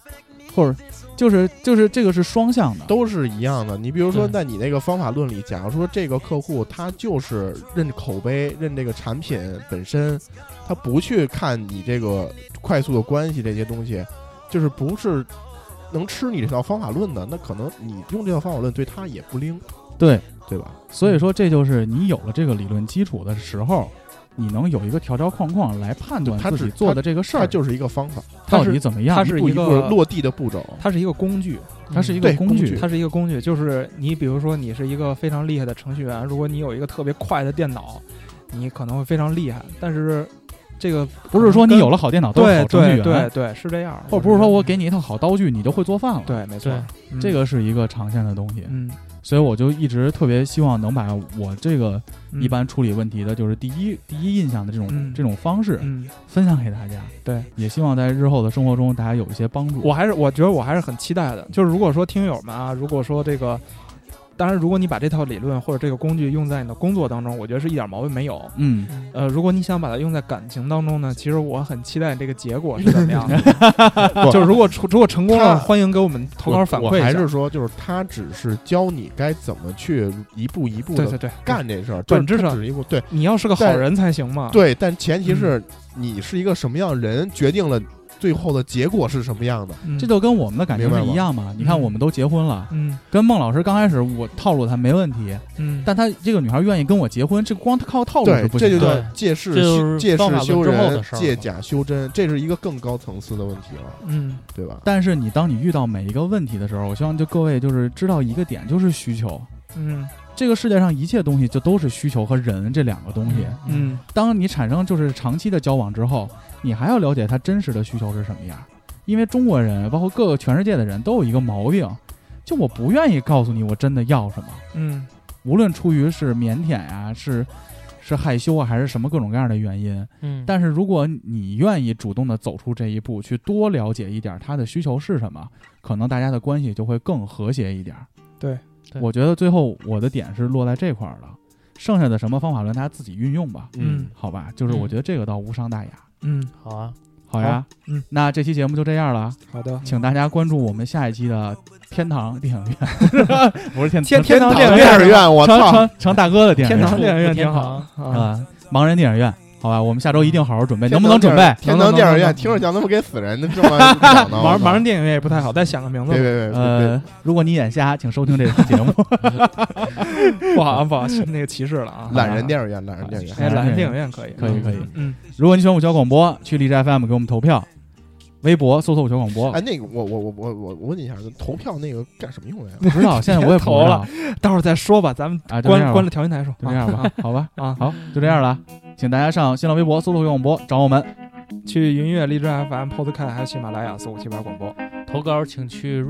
或者就是这个是双向的， 都是一样的。你比如说在你那个方法论里，假如说这个客户他就是认口碑，认这个产品本身，他不去看你这个快速的关系这些东西，就是不是能吃你这套方法论的，那可能你用这套方法论对他也不灵， 对吧？ 所以说这就是你有了这个理论基础的时候，你能有一个条条框框来判断自己做的这个事儿， 它就是一个方法， 到底怎么样？ 它是一个落地的步骤， 它是一个工具， 它是一个工具， 它是一个工具。就是你比如说你是一个非常厉害的程序员，如果你有一个特别快的电脑，你可能会非常厉害，但是这个不是说你有了好电脑都是好程序员， 对，是这样。 或者不是说我给你一套好刀具，你就会做饭了。 对，没错， 这个是一个常见的东西。所以我就一直特别希望能把我这个一般处理问题的，就是第一印象的这种方式，分享给大家。 对， 也希望在日后的生活中大家有一些帮助。 我觉得我还是很期待的。就是如果说听友们啊，如果说这个。当然，如果你把这套理论或者这个工具用在你的工作当中，我觉得是一点毛病没有。如果你想把它用在感情当中呢，其实我很期待这个结果是怎么样的。就是如果成功了，欢迎给我们投稿反馈一下。 我还是说，就是他只是教你该怎么去一步一步的干这事儿， 本质上只是一步。对， 你要是个好人才行嘛。 对，但前提是你是一个什么样人，决定了最后的结果是什么样的。 这就跟我们的感情是一样嘛。你看我们都结婚了，跟孟老师刚开始我套路他没问题，但他这个女孩愿意跟我结婚，这光靠套路是不行的。 这就叫借势修人，借假修真，这是一个更高层次的问题了，对吧？ 但是当你遇到每一个问题的时候，我希望就各位就是知道一个点，就是需求。这个世界上一切东西就都是需求和人这两个东西。当你产生就是长期的交往之后，你还要了解他真实的需求是什么样。因为中国人包括各个全世界的人都有一个毛病，就我不愿意告诉你我真的要什么。无论出于是腼腆呀，是害羞啊，还是什么各种各样的原因。但是如果你愿意主动的走出这一步，去多了解一点他的需求是什么，可能大家的关系就会更和谐一点。 对， 我觉得最后我的点是落在这块儿了，剩下的什么方法论大家自己运用吧。好吧，就是我觉得这个倒无伤大雅。 好啊， 好呀。那这期节目就这样了。 好的， 请大家关注我们下一期的天堂电影院，不是天堂电影院，我操， 成大哥的电影院， 天堂电影院挺好啊，盲人电影院。好吧，我们下周一定好好准备，能不能准备？ 天堂电影院听着像他妈给死人的这么盲人电影院也不太好，再想个名字。 对， 如果你眼瞎，请收听这期节目。 不好，那个歧视了啊！ 懒人电影院，懒人电影院可以。 如果你喜欢五桥广播，去荔枝 FM 给我们投票，微博搜索五桥广播。 那个我问你一下，投票那个干什么用的呀？ 不知道，现在我也投了，待会儿再说吧，咱们关了调音台说， 就这样吧，好吧，好，就这样了。请大家上新浪微博搜索广播找我们， 去云乐、荔枝 FM、Podcast 还有喜马拉雅4578广播投稿，请去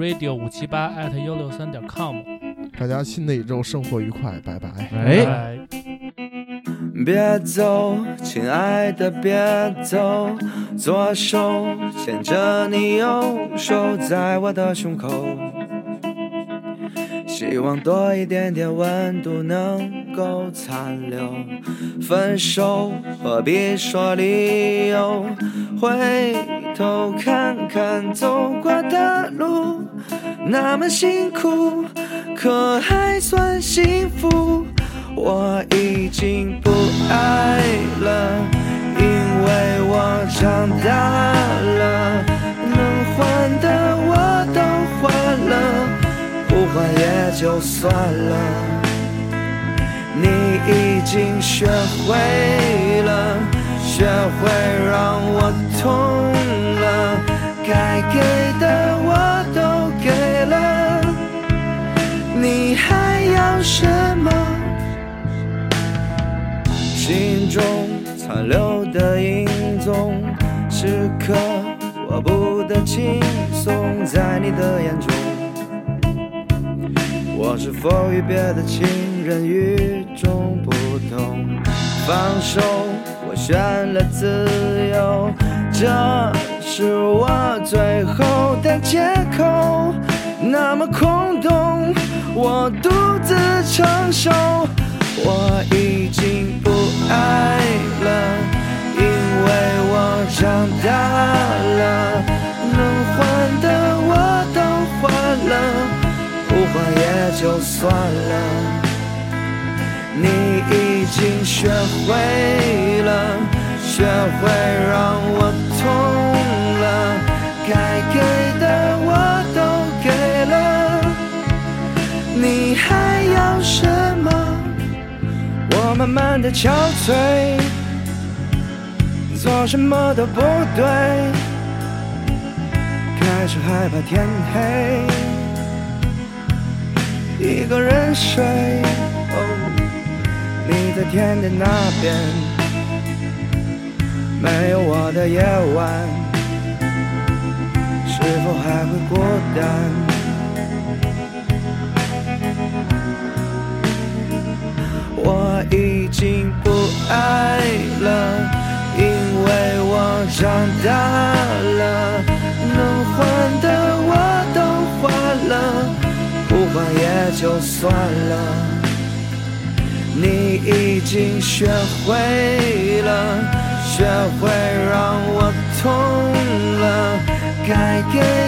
radio578@163.com。 大家新的一周生活愉快，拜拜。 拜拜。 别走，亲爱的，别走，左手牵着你，右手在我的胸口。希望多一点点温度能够残留，分手何必说理由，回头看看走过的路，那么辛苦，可还算幸福。我已经不爱了，因为我长大了，能换的我都换了，不换也就算了。你已经学会了，学会让我痛了，该给的我都给了，你还要什么？心中残留的影踪，时刻握不得轻松，在你的眼中，我是否与别的情人与众不同？放手，我选了自由，这是我最后的借口，那么空洞，我独自承受。我已经不爱了，因为我长大了，能换的我算了。你已经学会了，学会让我痛了，该给的我都给了，你还要什么？我慢慢的憔悴，做什么都不对，开始害怕天黑，一个人睡。你在天的那边，没有我的夜晚，是否还会孤单？我已经不爱了，因为我长大了，能还的我都还了，不还也就算了。你已经学会了，学会让我痛了，该给